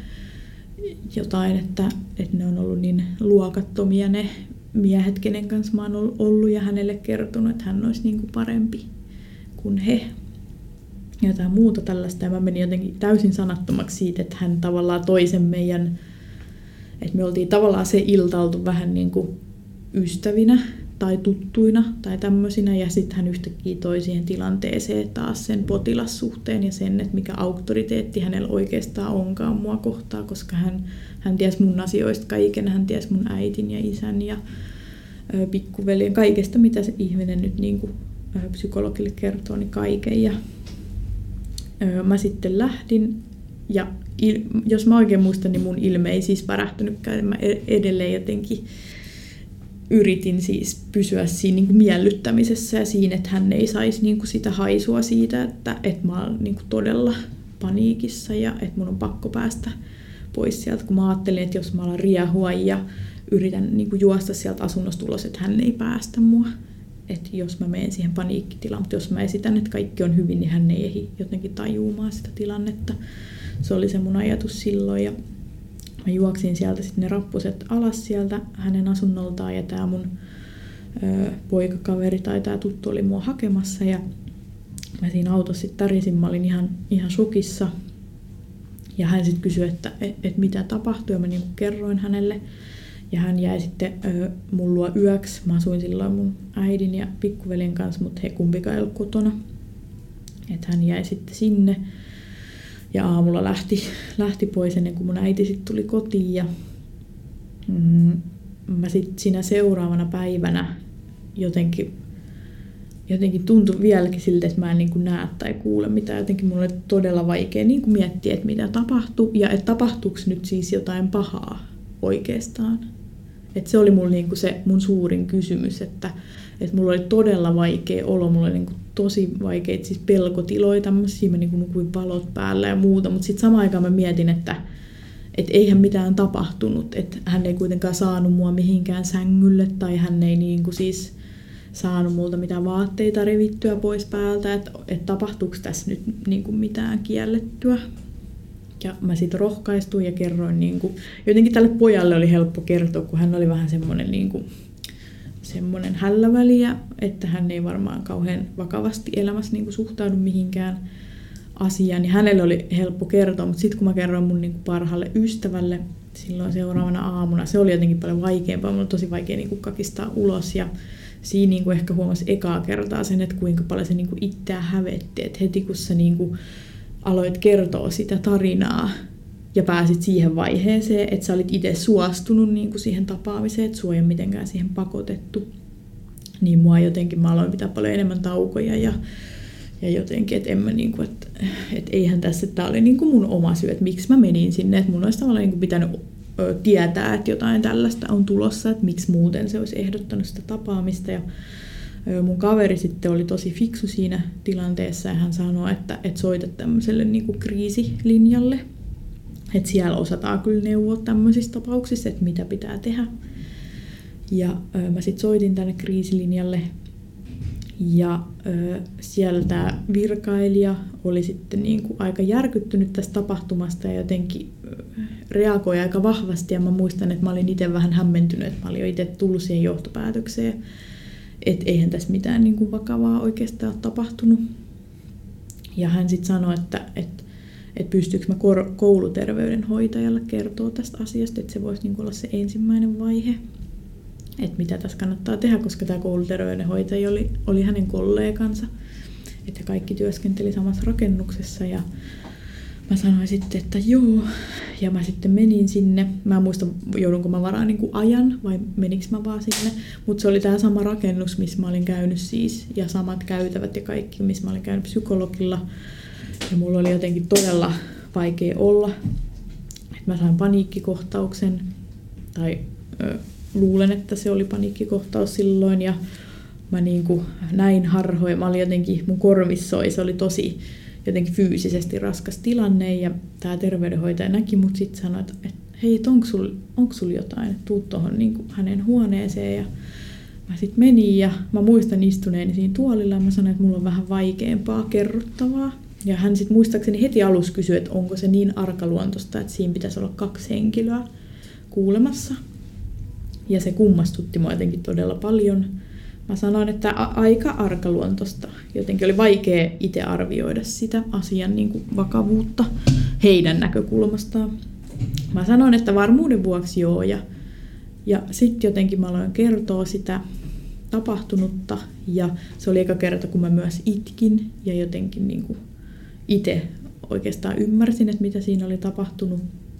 jotain, että, että ne on ollut niin luokattomia ne miehet, kenen kanssa mä oon ollut, ja hänelle kertonut, että hän olisi niin kuin parempi kuin he. Jotain muuta tällaista, ja mä menin jotenkin täysin sanattomaksi siitä, että hän tavallaan toi sen meidän, että me oltiin tavallaan se ilta oltu vähän niin kuin ystävinä tai tuttuina tai tämmöisinä, ja sitten hän yhtäkkiä toi siihen tilanteeseen taas sen potilassuhteen ja sen, että mikä auktoriteetti hänellä oikeastaan onkaan mua kohtaa, koska hän, hän tiesi mun asioista kaiken, hän tiesi mun äitin ja isän ja ö, pikkuveljen, kaikesta mitä se ihminen nyt niin kuin, ö, psykologille kertoo, niin kaiken. Ja, ö, mä sitten lähdin, ja il, jos mä oikein muistan, niin mun ilme ei siis värähtynytkään, mä edelleen jotenkin yritin siis pysyä siinä niin kuin miellyttämisessä ja siinä, että hän ei saisi niin kuin sitä haisua siitä, että, että mä olen niin kuin todella paniikissa ja että mun on pakko päästä pois sieltä, kun mä ajattelin, että jos mä alan riehua ja yritän niin kuin juosta sieltä asunnosta ulos, että hän ei päästä mua. Että jos mä menen siihen paniikkitilaan, mutta jos mä esitän, että kaikki on hyvin, niin hän ei ehdi jotenkin tajuumaan sitä tilannetta. Se oli se mun ajatus silloin. Ja mä juoksin sieltä sitten ne rappuset alas sieltä hänen asunnoltaan ja tää mun ö, poikakaveri tai tää tuttu oli mua hakemassa ja mä siinä autossa sitten tärisin, mä olin ihan, ihan shokissa. Ja hän sitten kysyi, että et, et mitä tapahtui ja mä niinku kerroin hänelle. Ja hän jäi sitten ö, mun luo yöksi. Mä asuin silloin mun äidin ja pikkuveljen kanssa, mutta he kumpikaan ei ollut kotona. Että hän jäi sitten sinne. Ja aamulla lähti, lähti pois ennen kuin mun äiti sitten tuli kotiin. Ja mm, mä sitten siinä seuraavana päivänä jotenkin, jotenkin tuntui vieläkin siltä, että mä en niin kuin näe tai kuule mitään. Jotenkin mun oli todella vaikea niin kuin miettiä, että mitä tapahtui. Ja että tapahtuuko nyt siis jotain pahaa oikeastaan. Et se oli mulla niinku se mun suurin kysymys, että et mulla oli todella vaikea olo, mulla oli niinku tosi vaikeita siis pelkotiloja, tämmöisiä, mä niinku nukuin valot päällä ja muuta, mutta sitten samaan aikaan mä mietin, että et eihän mitään tapahtunut, että hän ei kuitenkaan saanut mua mihinkään sängylle tai hän ei niinku siis saanut multa mitään vaatteita revittyä pois päältä, että et tapahtuuko tässä nyt niinku mitään kiellettyä. Ja mä sitten rohkaistuin ja kerroin, niin kuin, jotenkin tälle pojalle oli helppo kertoa, kun hän oli vähän semmoinen, niin kuin, semmoinen hälläväliä, että hän ei varmaan kauhean vakavasti elämässä niin kuin, suhtaudu mihinkään asiaan. Niin hänelle oli helppo kertoa, mutta sitten kun mä kerroin mun niin kuin, parhaalle ystävälle silloin seuraavana aamuna, se oli jotenkin paljon vaikeampaa. Mulla oli tosi vaikea niin kuin, kakistaa ulos ja siinä niin kuin, ehkä huomasi ekaa kertaa sen, että kuinka paljon se niin kuin, itseä hävetti. Et heti kun se niin kuin, aloit kertoa sitä tarinaa ja pääsit siihen vaiheeseen, että sä olit itse suostunut niin kuin siihen tapaamiseen, että sua ei ole mitenkään siihen pakotettu. Niin mua jotenkin, mä aloin pitää paljon enemmän taukoja ja, ja jotenkin, että en mä niin kuin, että, että eihän tässä, että tää oli niin kuin mun oma syy, että miksi mä menin sinne, että mun olisi tavallaan niin kuin pitänyt tietää, että jotain tällaista on tulossa, että miksi muuten se olisi ehdottanut sitä tapaamista. Ja mun kaveri sitten oli tosi fiksu siinä tilanteessa ja hän sanoi, että, että soita tämmöiselle niin kuin kriisilinjalle. Että siellä osataan kyllä neuvoa tämmöisissä tapauksissa, että mitä pitää tehdä. Ja ö, mä sitten soitin tänne kriisilinjalle ja ö, siellä tämä virkailija oli sitten niin kuin aika järkyttynyt tästä tapahtumasta ja jotenkin ö, reagoi aika vahvasti. Ja mä muistan, että mä olin itse vähän hämmentynyt, että mä olin jo itse tullut siihen johtopäätökseen, että eihän tässä mitään niin kuin vakavaa oikeastaan ole tapahtunut. Ja hän sitten sanoi, että, että, että pystyykö mä kouluterveydenhoitajalle kertoa tästä asiasta, että se voisi niin kuin olla se ensimmäinen vaihe, että mitä tässä kannattaa tehdä, koska tämä kouluterveydenhoitaja oli, oli hänen kollegansa, että kaikki työskenteli samassa rakennuksessa. Ja mä sanoin sitten, että joo, ja mä sitten menin sinne. Mä en muista, joudunko mä varaan niin kuin ajan vai menikö mä vaan sinne. Mutta se oli tää sama rakennus, missä mä olin käynyt siis, ja samat käytävät ja kaikki, missä mä olin käynyt psykologilla. Ja mulla oli jotenkin todella vaikea olla. Et mä sain paniikkikohtauksen, tai ö, luulen, että se oli paniikkikohtaus silloin, ja mä niin kuin näin harhoja. Mä olin jotenkin, mun korvissa soi, se oli tosi jotenkin fyysisesti raskas tilanne, ja tämä terveydenhoitaja näki mut sitten sanoi, että hei, onko sul, onko sul jotain, tuu tuohon niin hänen huoneeseen, ja mä sitten menin, ja mä muistan istuneeni siinä tuolilla, ja mä sanoin, että mulla on vähän vaikeampaa kerrottavaa, ja hän sitten muistaakseni heti alussa kysyi, että onko se niin arkaluontoista, että siinä pitäisi olla kaksi henkilöä kuulemassa, ja se kummastutti mua jotenkin todella paljon. Mä sanoin, että aika arkaluontoista. Jotenkin oli vaikea itse arvioida sitä asian niin kuin vakavuutta heidän näkökulmastaan. Mä sanoin, että varmuuden vuoksi joo. Ja, ja sitten jotenkin mä aloin kertoa sitä tapahtunutta. Ja se oli eka kerta, kun mä myös itkin. Ja jotenkin niin kuin itse oikeastaan ymmärsin, että mitä siinä oli tapahtunut.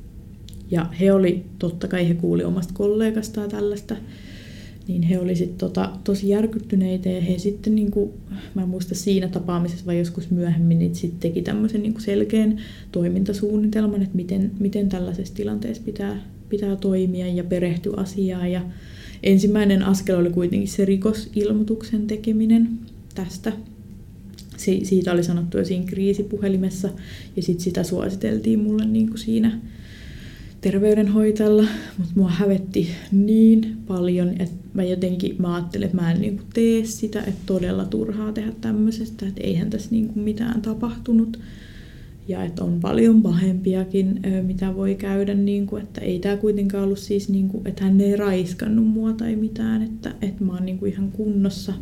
Ja he oli, totta kai he kuuli omasta kollegastaan tällaista. Niin he oli sit tota, tosi järkyttyneitä ja he sitten, niinku, mä en muista siinä tapaamisessa vai joskus myöhemmin, niin sitten teki tämmöisen niinku selkeän toimintasuunnitelman, että miten, miten tällaisessa tilanteessa pitää, pitää toimia ja perehtyä asiaan. Ja ensimmäinen askel oli kuitenkin se rikosilmoituksen tekeminen tästä. Si- siitä oli sanottu jo siinä kriisipuhelimessa ja sitten sitä suositeltiin mulle niinku siinä terveydenhoitajalla, mutta mua hävetti niin paljon, että mä jotenkin mä ajattelin, että mä en niinku tee sitä, että todella turhaa tehdä tämmöisestä, että eihän tässä niinku mitään tapahtunut. Ja että on paljon pahempiakin, mitä voi käydä, niinku, että ei tää kuitenkaan ollut siis, niinku, että hän ei raiskannut mua tai mitään, että, että mä oon niinku ihan kunnossa.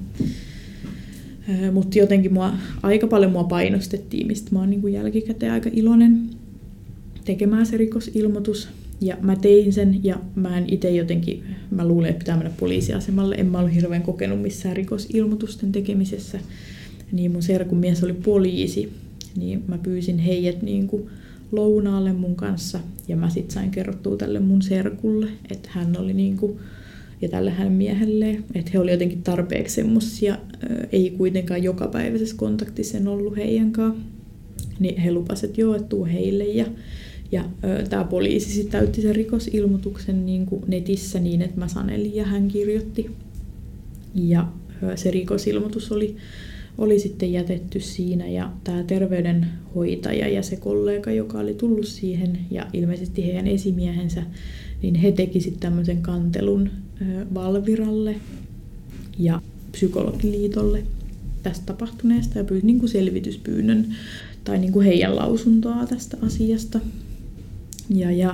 Mutta jotenkin mua, aika paljon mua painostettiin, mistä mä oon niinku jälkikäteen aika iloinen tekemään se rikosilmoitus. Ja mä tein sen ja mä en itse jotenkin, mä luulen, että pitää mennä poliisiasemalle. En mä ollut hirveän kokenut missään rikosilmoitusten tekemisessä. Niin mun serkun mies oli poliisi, niin mä pyysin heidät niinku lounaalle mun kanssa. Ja mä sit sain kerrottua tälle mun serkulle, että hän oli niinku, ja tälle hänen miehelleen, että he oli jotenkin tarpeeksi semmosia, ei kuitenkaan jokapäiväisessä kontaktissa en ollut heidän kanssa. Niin he lupasivat, että joo, että tuu heille. Ja, ja tämä poliisi sitten täytti sen rikosilmoituksen niin kuin netissä niin, että mä sanelin ja hän kirjoitti. Ja ö, se rikosilmoitus oli, oli sitten jätetty siinä. Ja tämä terveydenhoitaja ja se kollega, joka oli tullut siihen, ja ilmeisesti heidän esimiehensä, niin he teki sitten tämmöisen kantelun ö, Valviralle ja Psykologiliitolle tästä tapahtuneesta ja pyysi niin kuin selvityspyynnön tai niin kuin heidän lausuntoa tästä asiasta. Ja, ja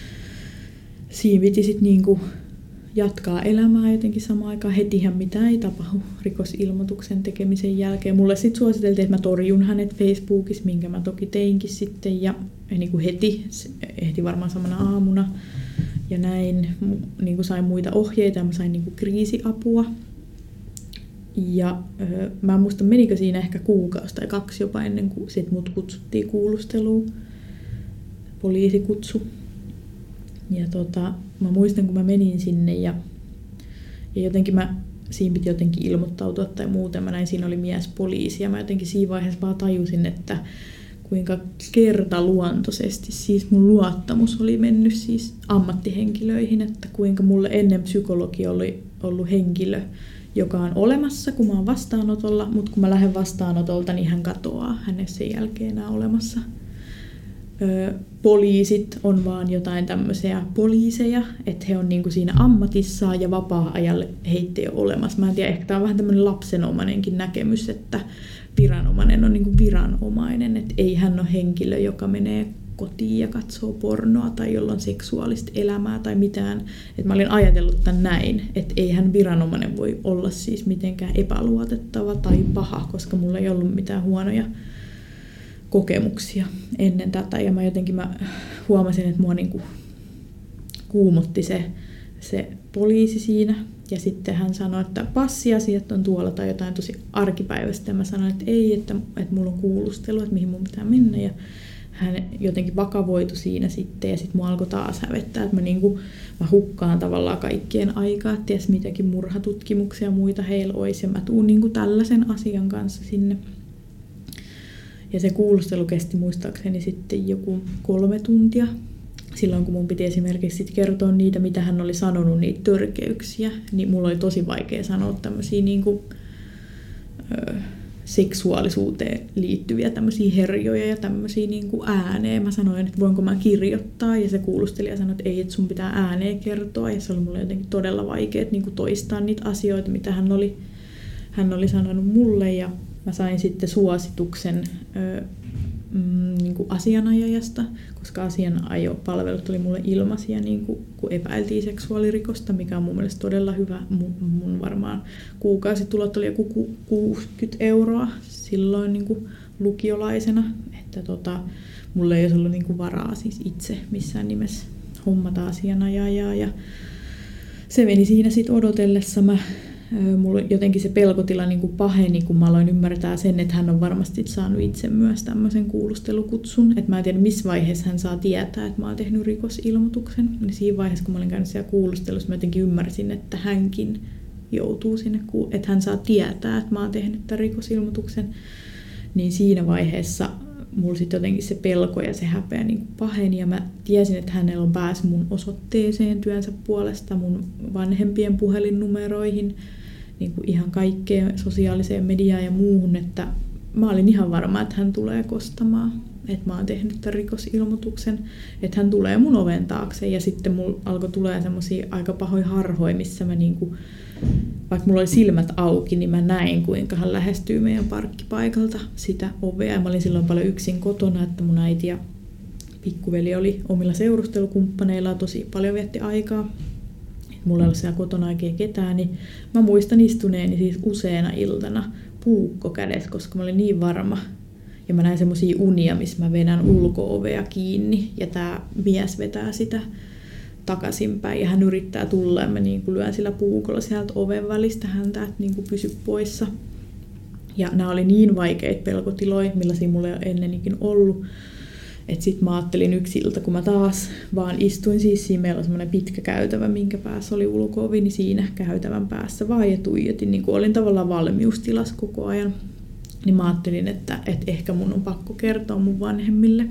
siinä piti sitten niin kuin jatkaa elämää jotenkin samaan aikaan. Hetihän mitään ei tapahdu rikosilmoituksen tekemisen jälkeen. Mulle sitten suositeltiin, että mä torjun hänet Facebookissa, minkä mä toki teinkin sitten. Ja niin kuin heti, ehti varmaan samana aamuna. Ja näin niin kuin sain muita ohjeita ja mä sain niin kuin kriisiapua. Ja öö, mä en muista, menikö siinä ehkä kuukausi tai kaksi jopa ennen kuin sit mut kutsuttiin kuulusteluun. Poliisikutsu. Ja tota, mä muistan, kun mä menin sinne ja, ja jotenkin mä, siinä piti jotenkin ilmoittautua tai muuten. Mä näin, siinä oli mies poliisi ja mä jotenkin siinä vaiheessa vaan tajusin, että kuinka kertaluontoisesti siis mun luottamus oli mennyt siis ammattihenkilöihin, että kuinka mulle ennen psykologi oli ollut henkilö, joka on olemassa, kun mä oon vastaanotolla, mutta kun mä lähden vastaanotolta, niin hän katoaa. Hän ei sen jälkeen enää olemassa. Öö, poliisit on vaan jotain tämmöisiä poliiseja, että he on niinku siinä ammatissaan ja vapaa-ajalle heitä ei ole olemassa. Mä en tiedä, ehkä tää on vähän tämmöinen lapsenomainenkin näkemys, että viranomainen on niinku viranomainen, että ei hän ole henkilö, joka menee kotiin ja katsoo pornoa tai jolla on seksuaalista elämää tai mitään. Et mä olin ajatellut tämän näin, että eihän viranomainen voi olla siis mitenkään epäluotettava tai paha, koska mulla ei ollut mitään huonoja kokemuksia ennen tätä. Ja mä jotenkin mä huomasin, että mua niinku kuumotti se, se poliisi siinä. Ja sitten hän sanoi, että passiasiat on tuolla tai jotain tosi arkipäiväistä. Ja mä sanoin, että ei, että, että mulla on kuulustelu, että mihin mun pitää mennä. Ja hän jotenkin vakavoitui siinä sitten ja sitten mua alkoi taas hävettää, että mä, niinku, mä hukkaan tavallaan kaikkien aikaa, että ties mitäkin murhatutkimuksia ja muita heillä olisi ja mä tuun niinku tällaisen asian kanssa sinne. Ja se kuulustelu kesti muistaakseni sitten joku kolme tuntia, silloin kun mun piti esimerkiksi sit kertoa niitä, mitä hän oli sanonut, niitä törkeyksiä, niin mulla oli tosi vaikea sanoa tämmöisiä niinku, öö, seksuaalisuuteen liittyviä tämmöisiä herjoja ja tämmöisiä niin kuin ääneen. Mä sanoin, että voinko mä kirjoittaa, ja se kuulustelija sanoi, että ei, että sun pitää ääneen kertoa, ja se oli mulle jotenkin todella vaikea niin kuin toistaa niitä asioita, mitä hän oli, hän oli sanonut mulle, ja mä sain sitten suosituksen ö, mm, niin kuin asianajajasta, koska asianajopalvelut oli mulle ilmaisia, niin kuin, kun epäiltiin seksuaalirikosta, mikä on mun mielestä todella hyvä. Mun, mun varmaan kuukausitulot oli joku kuusikymmentä euroa silloin niin kuin lukiolaisena, että tota, mulle ei olisi ollut niin kuin varaa siis itse missään nimessä hommata asianajajaa. Ja se meni siinä sitten odotellessa. Mä Mulla jotenkin se pelkotila niin kuin paheni, kun mä aloin ymmärtää sen, että hän on varmasti saanut itse myös tämmöisen kuulustelukutsun. Että mä en tiedä, missä vaiheessa hän saa tietää, että mä oon tehnyt rikosilmoituksen. Niin siinä vaiheessa, kun mä olin käynyt siellä kuulustelussa, mä jotenkin ymmärsin, että hänkin joutuu sinne, että hän saa tietää, että mä oon tehnyt tämän rikosilmoituksen. Niin siinä vaiheessa mulla sitten jotenkin se pelko ja se häpeä niin kuin paheni. Ja mä tiesin, että hänellä on päässyt mun osoitteeseen työnsä puolesta, mun vanhempien puhelinnumeroihin, niin kuin ihan kaikkeen sosiaaliseen mediaan ja muuhun, että mä olin ihan varma, että hän tulee kostamaan. Että mä oon tehnyt tämän rikosilmoituksen, että hän tulee mun oven taakse. Ja sitten mulla alkoi tulee semmosia aika pahoja harhoja, missä mä niinku, vaikka mulla oli silmät auki, niin mä näin, kuinka hän lähestyy meidän parkkipaikalta sitä ovea. Ja mä olin silloin paljon yksin kotona, että mun äiti ja pikkuveli oli omilla seurustelukumppaneilla tosi paljon vietti aikaa. Mulla ei ollut siellä kotona oikein ketään, niin mä muistan istuneeni siis useana iltana puukko kädessä, koska mä olin niin varma. Ja mä näin semmosia unia, missä mä vedän ulko-ovea kiinni ja tää mies vetää sitä takaisinpäin ja hän yrittää tulla ja mä niin lyön sillä puukolla sieltä oven välistä häntä, että niin pysy poissa. Ja nämä oli niin vaikeita pelkotiloja, millaisia mulla ei ole ennenikin ollut. Että sit mä ajattelin yksi ilta, kun mä taas vaan istuin siis siinä, meillä on semmoinen pitkä käytävä, minkä päässä oli ulko-ovi, niin siinä käytävän päässä vaan ja tuijotin, niin kuin olin tavallaan valmiustilassa koko ajan. Niin mä ajattelin, että, että ehkä mun on pakko kertoa mun vanhemmille,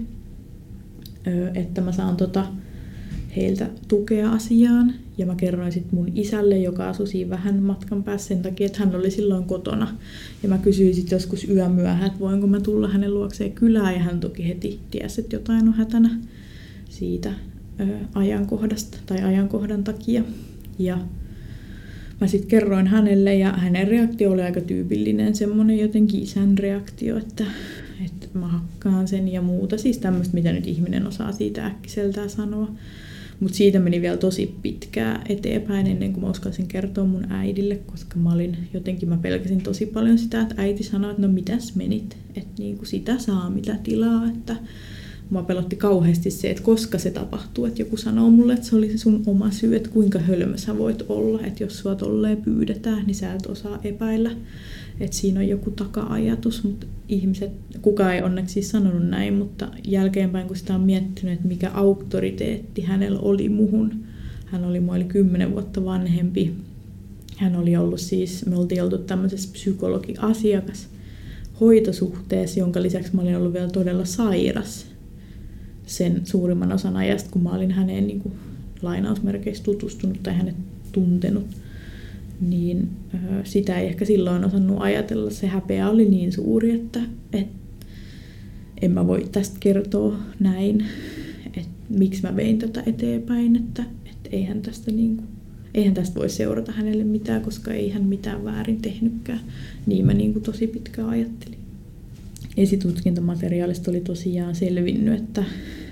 että mä saan tota heiltä tukea asiaan. Ja mä kerroin sitten mun isälle, joka asui siinä vähän matkan päässä sen takia, että hän oli silloin kotona. Ja mä kysyin sitten joskus yömyöhään, että voinko mä tulla hänen luokseen kylään. Ja hän toki heti tiesi, että jotain on hätänä siitä ö, ajankohdasta tai ajankohdan takia. Ja mä sitten kerroin hänelle ja hänen reaktio oli aika tyypillinen, semmoinen jotenkin isän reaktio, että, että mä hakkaan sen ja muuta. Siis tämmöistä, mitä nyt ihminen osaa siitä äkkiseltään sanoa. Mutta siitä meni vielä tosi pitkään eteenpäin ennen kuin mä uskalsin kertoa mun äidille, koska mä olin jotenkin, mä pelkäsin tosi paljon sitä, että äiti sanoi, että no mitäs menit, että niinku sitä saa mitä tilaa, että mä pelotti kauheasti se, että koska se tapahtuu, että joku sanoo mulle, että se oli se sun oma syy, että kuinka hölmö sä voit olla, että jos sua tolleen pyydetään, niin sä et osaa epäillä, että siinä on joku taka-ajatus, mutta ihmiset, kukaan ei onneksi siis sanonut näin, mutta jälkeenpäin kun sitä on miettinyt, että mikä auktoriteetti hänellä oli muhun, hän oli mua yli kymmenen vuotta vanhempi, hän oli ollut siis, me oltiin oltu tämmöisessä psykologi-asiakas hoitosuhteessa, jonka lisäksi mä olin ollut vielä todella sairas sen suurimman osan ajasta, kun mä olin häneen niin kuin lainausmerkeissä tutustunut tai hänet tuntenut, niin ö, sitä ei ehkä silloin osannut ajatella. Se häpeä oli niin suuri, että et, en mä voi tästä kertoa näin, että miksi mä vein tätä eteenpäin, että et eihän, tästä niin kuin, eihän tästä voi seurata hänelle mitään, koska ei hän mitään väärin tehnytkään. Niin mä niin kuin tosi pitkään ajattelin. Esitutkintamateriaalista oli tosiaan selvinnyt, että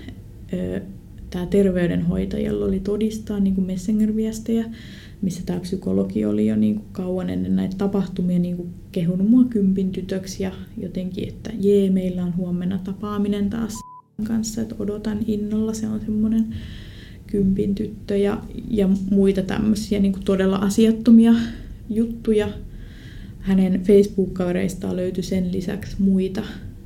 tämä terveydenhoitajalla oli todistaa niin kuin Messenger-viestejä, missä tämä psykologi oli jo niin kuin kauan ennen näitä tapahtumia niin kuin kehunut mua kympin tytöksi ja jotenkin, että jee, meillä on huomenna tapaaminen taas kanssa, että odotan innolla, se on semmoinen kympin tyttö ja, ja muita tämmöisiä niin kuin todella asiattomia juttuja. Hänen Facebook-kavereistaan löytyi sen lisäksi muita,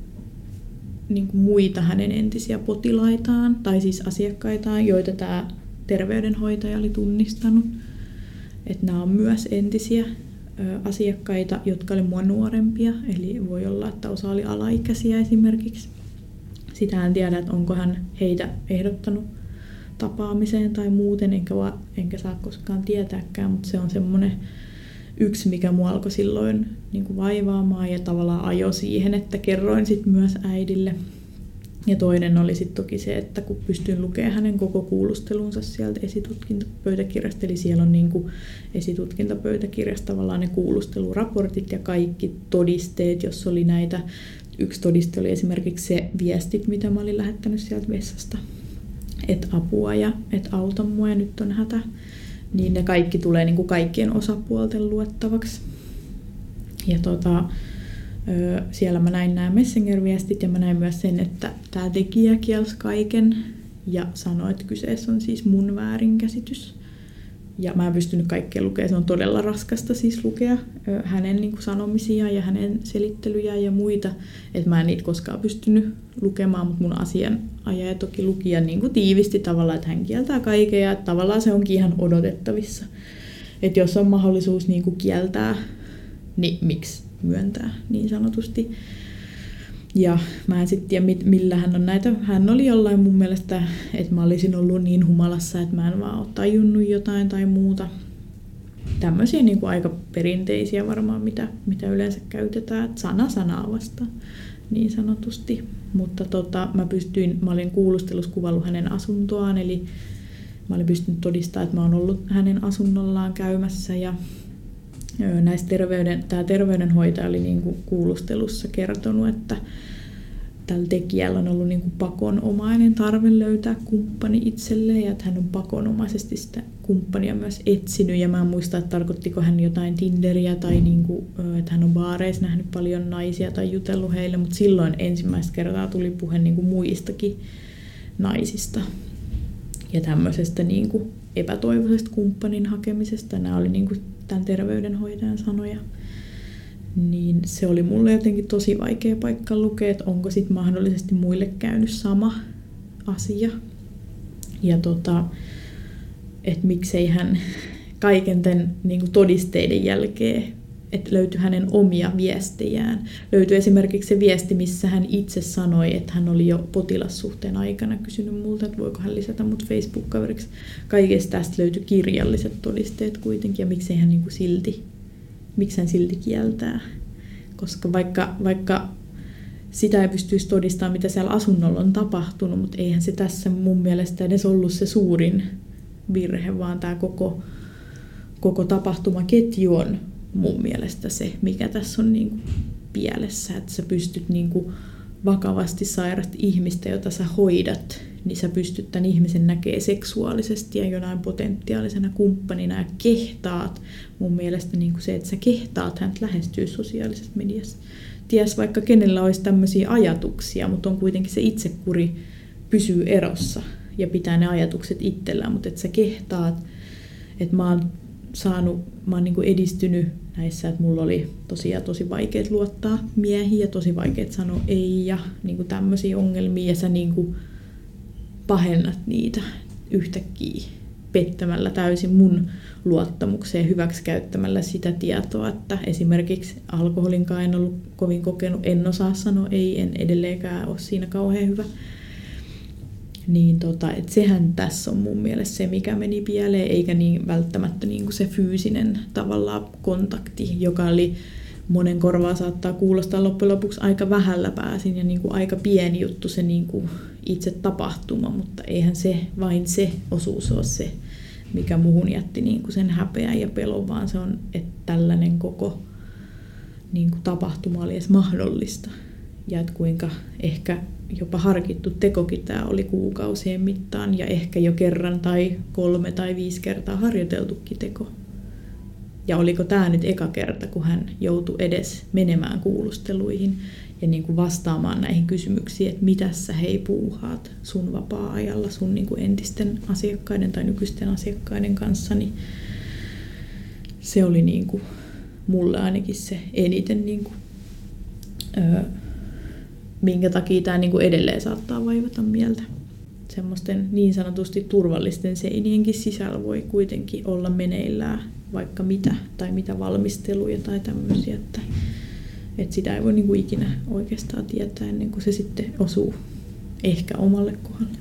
niin kuin muita hänen entisiä potilaitaan, tai siis asiakkaitaan, joita tämä terveydenhoitaja oli tunnistanut. Että nämä on myös entisiä ö, asiakkaita, jotka oli mua nuorempia, eli voi olla, että osa oli alaikäisiä esimerkiksi. Sitä en tiedä, että onko hän heitä ehdottanut tapaamiseen tai muuten, enkä, va, enkä saa koskaan tietääkään, mutta se on semmoinen yksi, mikä mua alkoi silloin niin kuin vaivaamaan ja tavallaan ajoi siihen, että kerroin sit myös äidille. Ja toinen oli sitten toki se, että kun pystyin lukemaan hänen koko kuulustelunsa sieltä esitutkintapöytäkirjasta, eli siellä on niin kuin esitutkintapöytäkirjasta tavallaan ne kuulusteluraportit ja kaikki todisteet, jos oli näitä. Yksi todiste oli esimerkiksi se viestit, mitä mä olin lähettänyt sieltä vessasta, että apua ja että auta mua ja nyt on hätä. Niin ne kaikki tulee niin kuin kaikkien osapuolten luettavaksi. Ja tota, siellä mä näin nämä Messenger-viestit ja mä näin myös sen, että tämä tekijä kielsi kaiken ja sanoi, että kyseessä on siis mun väärinkäsitys. Ja mä en pystynyt kaikkea lukemaan, se on todella raskasta siis lukea hänen niin kuin sanomisia ja hänen selittelyjä ja muita. Että mä en niitä koskaan pystynyt lukemaan, mutta mun asianajaja toki luki ja niin kuin tiivisti tavallaan, että hän kieltää kaiken ja tavallaan se onkin ihan odotettavissa. Että jos on mahdollisuus niin kuin kieltää, niin miksi myöntää niin sanotusti. Ja mä en sitten tiedä, millä hän on näitä. Hän oli jollain mun mielestä, että mä olisin ollut niin humalassa, että mä en vaan ole tajunnut jotain tai muuta. tämmöisiä niin kuin aika perinteisiä varmaan, mitä, mitä yleensä käytetään, että sana sanaa vastaan niin sanotusti. Mutta tota, mä pystyin, mä olin kuulustelussa kuvaillut hänen asuntoaan, eli mä olin pystynyt todistamaan, että mä oon ollut hänen asunnollaan käymässä ja näistä terveyden, tämä terveydenhoitaja oli niin kuin kuulustelussa kertonut, että tällä tekijällä on ollut niin kuin pakonomainen tarve löytää kumppani itselleen ja että hän on pakonomaisesti sitä kumppania myös etsinyt. Ja mä en muista, että tarkoittiko hän jotain Tinderiä tai niin kuin, että hän on baareissa nähnyt paljon naisia tai jutellut heille, mutta silloin ensimmäistä kertaa tuli puhe niin kuin muistakin naisista ja tämmöisestä niin kuin epätoivoisesta kumppanin hakemisesta. Nämä oli niin kuin tämän terveydenhoitajan sanoja. Niin se oli mulle jotenkin tosi vaikea paikka lukea, että onko sitten mahdollisesti muille käynyt sama asia. Ja tota, että miksei hän kaiken tämän niin kuin todisteiden jälkeen, että löytyi hänen omia viestejään. Löytyi esimerkiksi se viesti, missä hän itse sanoi, että hän oli jo potilassuhteen aikana kysynyt multa, että voiko hän lisätä mut Facebook-kaveriksi. Kaikesta tästä löytyi kirjalliset todisteet kuitenkin, ja miksei hän niin kuin silti miksi hän silti kieltää. Koska vaikka, vaikka sitä ei pystyisi todistamaan, mitä siellä asunnolla on tapahtunut, mutta eihän se tässä mun mielestä edes ollut se suurin virhe, vaan tämä koko, koko tapahtumaketju on mun mielestä se, mikä tässä on niin kuin pielessä. Että sä pystyt niin kuin vakavasti sairasta ihmistä, jota sä hoidat, niin sä pystyt tämän ihmisen näkemään seksuaalisesti ja jonain potentiaalisena kumppanina ja kehtaat. Mun mielestä niin kuin se, että sä kehtaat häntä lähestyy sosiaalisessa mediassa. Ties vaikka kenellä olisi tämmöisiä ajatuksia, mutta on kuitenkin se itsekuri pysyy erossa ja pitää ne ajatukset itsellään, mutta että sä kehtaat, että mä oon saanut, mä oon niin kuin edistynyt näissä, että mulla oli tosiaan tosi vaikeat luottaa miehiin ja tosi vaikeat sanoa ei ja niin kuin tämmöisiä ongelmia ja sä niin kuin pahennat niitä yhtäkkiä pettämällä täysin mun luottamukseen hyväksikäyttämällä sitä tietoa, että esimerkiksi alkoholinkaan en ollut kovin kokenut, en osaa sanoa ei, en edelleenkään ole siinä kauhean hyvä. Niin tota, et sehän tässä on mun mielestä se, mikä meni pieleen, eikä niin välttämättä niin kuin se fyysinen tavallaan kontakti, joka oli monen korvaa saattaa kuulostaa loppujen lopuksi aika vähällä pääsin ja niin kuin aika pieni juttu se niin kuin itse tapahtuma, mutta eihän se vain se osuus ole se, mikä muhun jätti niin kuin sen häpeän ja pelon, vaan se on, että tällainen koko niin kuin tapahtuma oli edes mahdollista. Ja että kuinka ehkä jopa harkittu tekokin tämä oli kuukausien mittaan ja ehkä jo kerran tai kolme tai viisi kertaa harjoiteltukin teko. Ja oliko tämä nyt eka kerta, kun hän joutui edes menemään kuulusteluihin ja niin kuin vastaamaan näihin kysymyksiin, että mitä sä hei puuhaat sun vapaa-ajalla sun niin kuin entisten asiakkaiden tai nykyisten asiakkaiden kanssa, niin se oli niin kuin mulle ainakin se eniten, niin kuin, öö, minkä takia tämä niin kuin edelleen saattaa vaivata mieltä. Semmoisten niin sanotusti turvallisten seinienkin sisällä voi kuitenkin olla meneillään vaikka mitä, tai mitä valmisteluja tai tämmöisiä, että, että sitä ei voi niin kuin ikinä oikeastaan tietää ennen kuin se sitten osuu ehkä omalle kohdalle.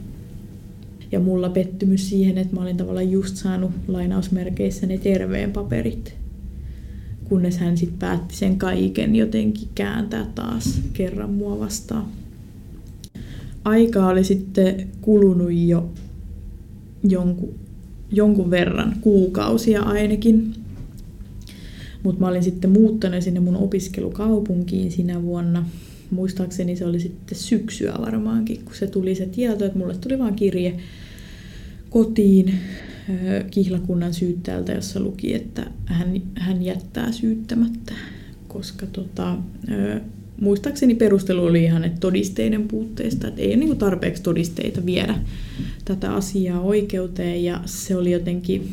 Ja mulla pettymys siihen, että mä olin tavallaan just saanut lainausmerkeissä ne terveen paperit, kunnes hän sitten päätti sen kaiken jotenkin kääntää taas kerran mua vastaan. Aikaa oli sitten kulunut jo jonkun, jonkun verran, kuukausia ainakin. Mutta mä olin sitten muuttanut sinne mun opiskelukaupunkiin sinä vuonna. Muistaakseni se oli sitten syksyä varmaankin, kun se tuli se tieto, että mulle tuli vaan kirje kotiin kihlakunnan syyttäjältä, jossa luki, että hän, hän jättää syyttämättä, koska tota, muistaakseni perustelu oli ihan, että todisteiden puutteesta, että ei ole niin kuin tarpeeksi todisteita viedä tätä asiaa oikeuteen, ja se oli jotenkin,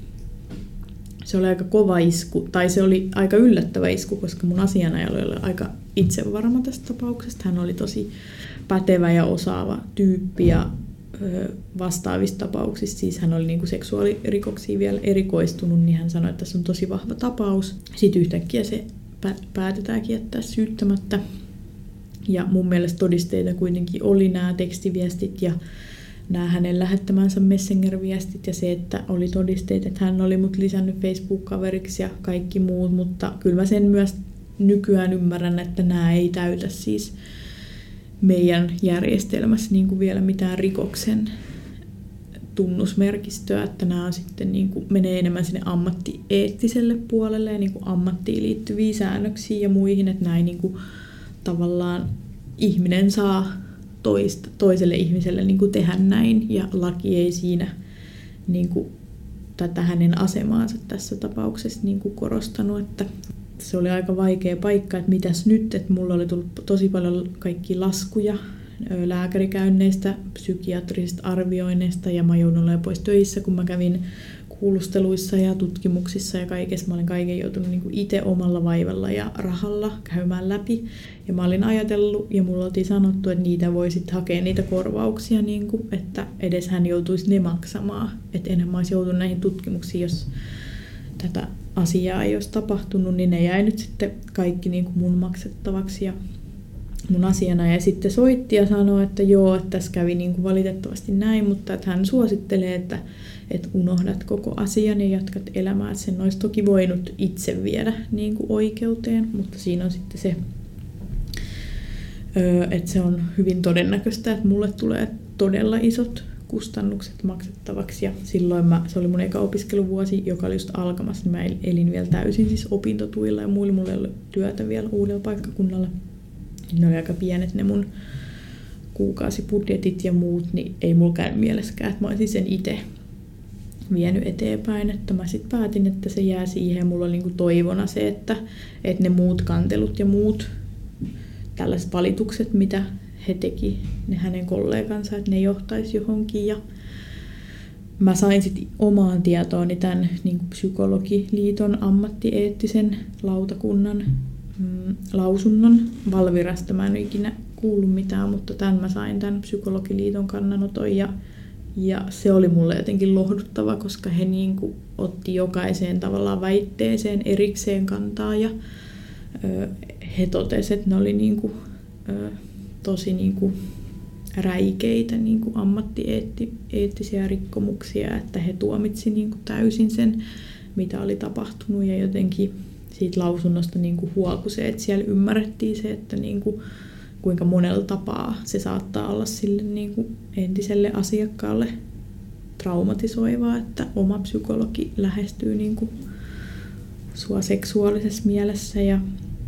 se oli aika kova isku, tai se oli aika yllättävä isku, koska mun asianajaja oli aika itsevarma tästä tapauksesta. Hän oli tosi pätevä ja osaava tyyppi, ja vastaavista tapauksista, siis hän oli niin kuin seksuaalirikoksiin vielä erikoistunut, niin hän sanoi, että tässä on tosi vahva tapaus. Sitten yhtäkkiä se päätetäänkin jättää syyttämättä. Ja mun mielestä todisteita kuitenkin oli nämä tekstiviestit ja nämä hänen lähettämänsä Messenger-viestit ja se, että oli todisteet, että hän oli mut lisännyt Facebook-kaveriksi ja kaikki muut, mutta kyllä mä sen myös nykyään ymmärrän, että nämä ei täytä siis meidän järjestelmässä niin kuin vielä mitään rikoksen tunnusmerkistöä, että nämä sitten niin kuin menee enemmän sinne ammattieettiselle puolelle ja niin kuin ammattiin liittyviä säännöksiä ja muihin, että näin niin kuin tavallaan ihminen saa toista, toiselle ihmiselle niin kuin tehdä näin ja laki ei siinä niin kuin tätä hänen asemaansa tässä tapauksessa niin kuin korostanut, että se oli aika vaikea paikka, että mitäs nyt, että mulla oli tullut tosi paljon kaikkia laskuja lääkärikäynneistä, psykiatrisista arvioinneista ja mä joudun olemaan pois töissä, kun mä kävin kuulusteluissa ja tutkimuksissa ja kaikessa. Mä olin kaiken joutunut niin kuin itse omalla vaivalla ja rahalla käymään läpi. Ja mä olin ajatellut ja mulla oltiin sanottu, että niitä voi sitten hakea niitä korvauksia, niin kuin, että edes hän joutuisi ne maksamaan. Että enhän mä olisi joutunut näihin tutkimuksiin, jos tätä asiaa ei olisi tapahtunut, niin ne jäi nyt sitten kaikki niin kuin mun maksettavaksi ja mun asiana. Ja sitten soitti ja sanoi, että joo, että tässä kävi niin kuin valitettavasti näin, mutta että hän suosittelee, että, että unohdat koko asian ja jatkat elämää. Että sen olisi toki voinut itse viedä niin kuin oikeuteen, mutta siinä on sitten se, että se on hyvin todennäköistä, että mulle tulee todella isot kustannukset maksettavaksi. Ja silloin mä, se oli mun eka opiskeluvuosi, joka oli just alkamassa, niin mä elin vielä täysin siis opintotuilla ja muilla mulla ei ollut työtä vielä uudella paikkakunnalla. Ne oli aika pienet ne mun kuukausibudjetit ja muut, niin ei mulla käynyt mielessäkään, että mä olisin sen itse vienyt eteenpäin. Että mä sitten päätin, että se jää siihen. Mulla oli niinku toivona se, että, että ne muut kantelut ja muut tällaiset valitukset, mitä he teki, ne hänen kollegansa, että ne johtaisi johonkin. Ja mä sain sitten omaan tietooni tämän niin kuin Psykologiliiton ammattieettisen lautakunnan mm, lausunnon. Valvirasta mä en ikinä kuullut mitään, mutta tämän mä sain tämän Psykologiliiton kannanoton. Ja, ja se oli mulle jotenkin lohduttava, koska he niin kuin otti jokaiseen tavallaan väitteeseen erikseen kantaa. Ja ö, he totesivat, että ne oli niin kuin, ö, tosi niin kuin räikeitä niin kuin ammattieettisiä rikkomuksia, että he tuomitsi niin kuin täysin sen, mitä oli tapahtunut, ja jotenkin siitä lausunnosta niin kuin huokui se, että siellä ymmärrettiin se, että niin kuin, kuinka monella tapaa se saattaa olla sille niin kuin entiselle asiakkaalle traumatisoivaa, että oma psykologi lähestyy niin kuin sua seksuaalisessa mielessä, ja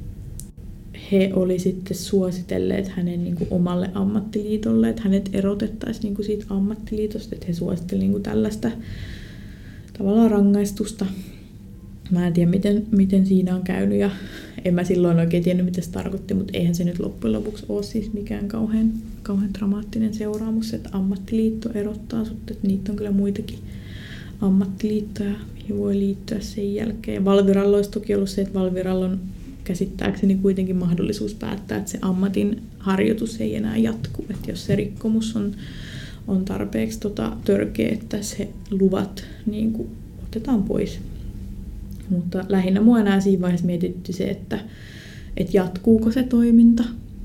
he oli sitten suositelleet hänen niin kuin omalle ammattiliitolle, että hänet erotettaisiin niin kuin siitä ammattiliitosta, että he suosittelivat niin kuin tällaista tavallaan rangaistusta. Mä en tiedä, miten, miten siinä on käynyt, ja en mä silloin oikein tiennyt, mitä se tarkoitti, mutta eihän se nyt loppujen lopuksi ole siis mikään kauhean, kauhean dramaattinen seuraamus, että ammattiliitto erottaa sut, että niitä on kyllä muitakin ammattiliittoja, mihin voi liittyä sen jälkeen. Valviralla olisi toki ollut se, että Valviralla on käsittääkseni kuitenkin mahdollisuus päättää, että se ammatin harjoitus ei enää jatku, että jos se rikkomus on, on tarpeeksi tota, törkeä, että se luvat niin kuin otetaan pois. Mutta lähinnä mua enää siinä vaiheessa mietitty se, että, että jatkuuko se toiminta.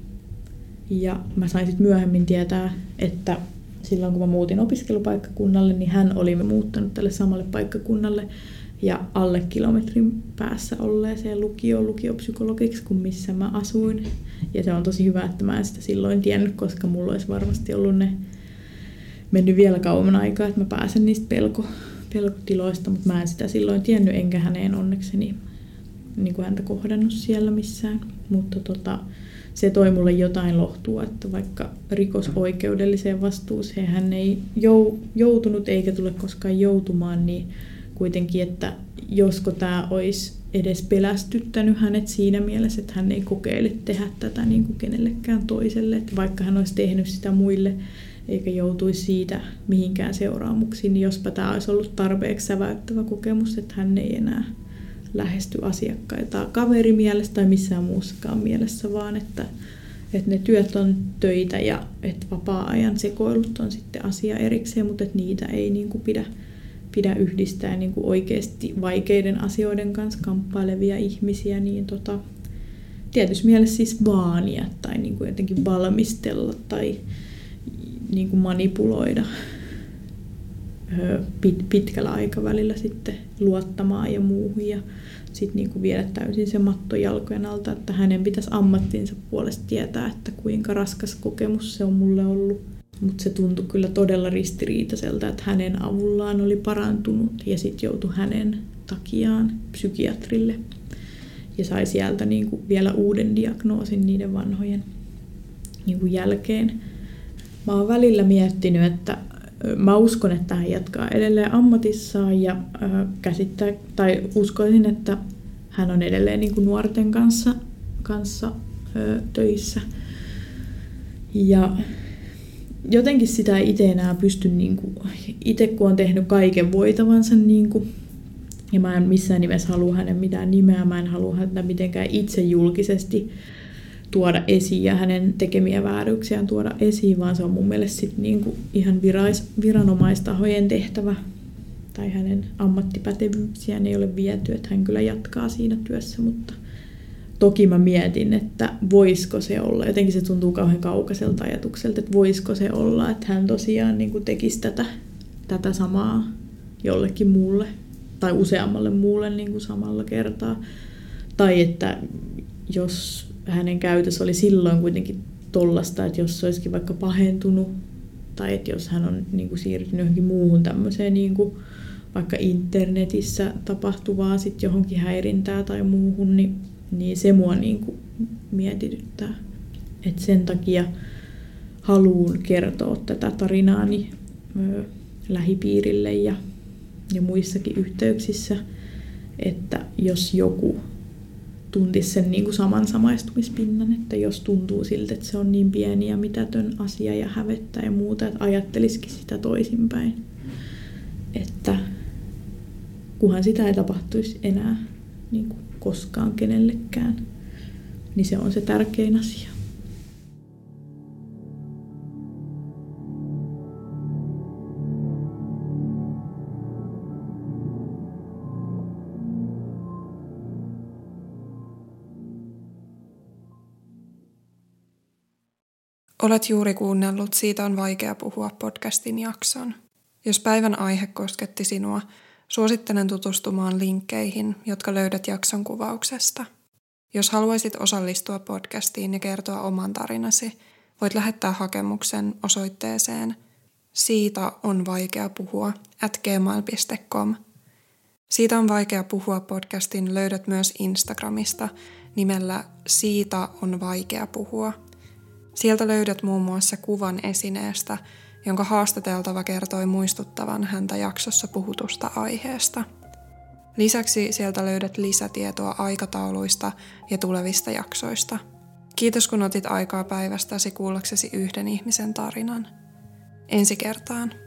Ja mä sain sitten myöhemmin tietää, että silloin kun mä muutin opiskelupaikkakunnalle, niin hän oli muuttanut tälle samalle paikkakunnalle ja alle kilometrin päässä olleeseen lukioon lukiopsykologiksi kuin missä mä asuin. Ja se on tosi hyvä, että mä en sitä silloin tiennyt, koska mulla olisi varmasti ollut ne mennyt vielä kauemman aikaa, että mä pääsen niistä pelko, pelkotiloista, mutta mä en sitä silloin tiennyt, enkä häneen onnekseni niin kuin häntä kohdannut siellä missään. Mutta tota, se toi mulle jotain lohtua, että vaikka rikosoikeudelliseen vastuuseen hän ei joutunut eikä tule koskaan joutumaan, niin kuitenkin, että josko tämä olisi edes pelästyttänyt hänet siinä mielessä, että hän ei kokeile tehdä tätä niin kuin kenellekään toiselle, että vaikka hän olisi tehnyt sitä muille eikä joutuisi siitä mihinkään seuraamuksiin, niin jospa tämä olisi ollut tarpeeksi säväyttävä kokemus, että hän ei enää lähesty asiakkaita kaverimielessä tai missään muussakaan mielessä, vaan että, että ne työt on töitä ja että vapaa-ajan sekoilut on sitten asia erikseen, mutta että niitä ei niin kuin pidä pidä yhdistää niin kuin oikeasti vaikeiden asioiden kanssa kamppailevia ihmisiä, niin tota, tietysti mielessä siis vaania tai niin kuin jotenkin valmistella tai niin kuin manipuloida pit, pitkällä aikavälillä sitten luottamaan ja muuhun ja sitten niin kuin viedä täysin se matto jalkojen alta, että hänen pitäisi ammattinsa puolesta tietää, että kuinka raskas kokemus se on mulle ollut. Mutta se tuntui kyllä todella ristiriitaiselta, että hänen avullaan oli parantunut ja sitten joutui hänen takiaan psykiatrille ja sai sieltä niin kuin vielä uuden diagnoosin niiden vanhojen niin kuin jälkeen. Mä oon välillä miettinyt, että mä uskon, että hän jatkaa edelleen ammatissaan ja äh, käsittää, tai uskoisin, että hän on edelleen niin kuin nuorten kanssa, kanssa äh, töissä. Ja jotenkin sitä ei itse enää pysty, niin kuin, itse kun on tehnyt kaiken voitavansa, niin kuin, ja mä en missään nimessä halua hänen mitään nimeä, mä en halua häntä mitenkään itse julkisesti tuoda esiin ja hänen tekemiä vääryyksiään tuoda esiin, vaan se on mun mielestä sit niinku ihan virais, viranomaistahojen tehtävä tai hänen ammattipätevyyksiään ei ole viety, että hän kyllä jatkaa siinä työssä, mutta toki mä mietin, että voisiko se olla, jotenkin se tuntuu kauhean kaukaiselta ajatukselta, että voisiko se olla, että hän tosiaan niinku tekisi tätä, tätä samaa jollekin muulle tai useammalle muulle niinku samalla kertaa, tai että jos hänen käytös oli silloin kuitenkin tollasta, että jos se olisikin vaikka pahentunut tai että jos hän on niin kuin siirtynyt johonkin muuhun tämmöiseen niin kuin vaikka internetissä tapahtuvaa sit johonkin häirintää tai muuhun, niin, niin se mua niin kuin mietityttää. Et sen takia haluan kertoa tätä tarinaani ö, lähipiirille ja, ja muissakin yhteyksissä, että jos joku tuntisi sen niin kuin saman samaistumispinnan, että jos tuntuu siltä, että se on niin pieni ja mitätön asia ja hävettää ja muuta, että ajattelisikin sitä toisinpäin. Että kunhan sitä ei tapahtuisi enää niin kuin koskaan kenellekään, niin se on se tärkein asia. Olet juuri kuunnellut Siitä on vaikea puhua podcastin jakson. Jos päivän aihe kosketti sinua, suosittelen tutustumaan linkkeihin, jotka löydät jakson kuvauksesta. Jos haluaisit osallistua podcastiin ja kertoa oman tarinasi, voit lähettää hakemuksen osoitteeseen siitä on vaikea puhua at gmail piste com. Siitä on vaikea puhua podcastin löydät myös Instagramista nimellä Siitä on vaikea puhua. Sieltä löydät muun muassa kuvan esineestä, jonka haastateltava kertoi muistuttavan häntä jaksossa puhutusta aiheesta. Lisäksi sieltä löydät lisätietoa aikatauluista ja tulevista jaksoista. Kiitos kun otit aikaa päivästäsi kuullaksesi yhden ihmisen tarinan. Ensi kertaan.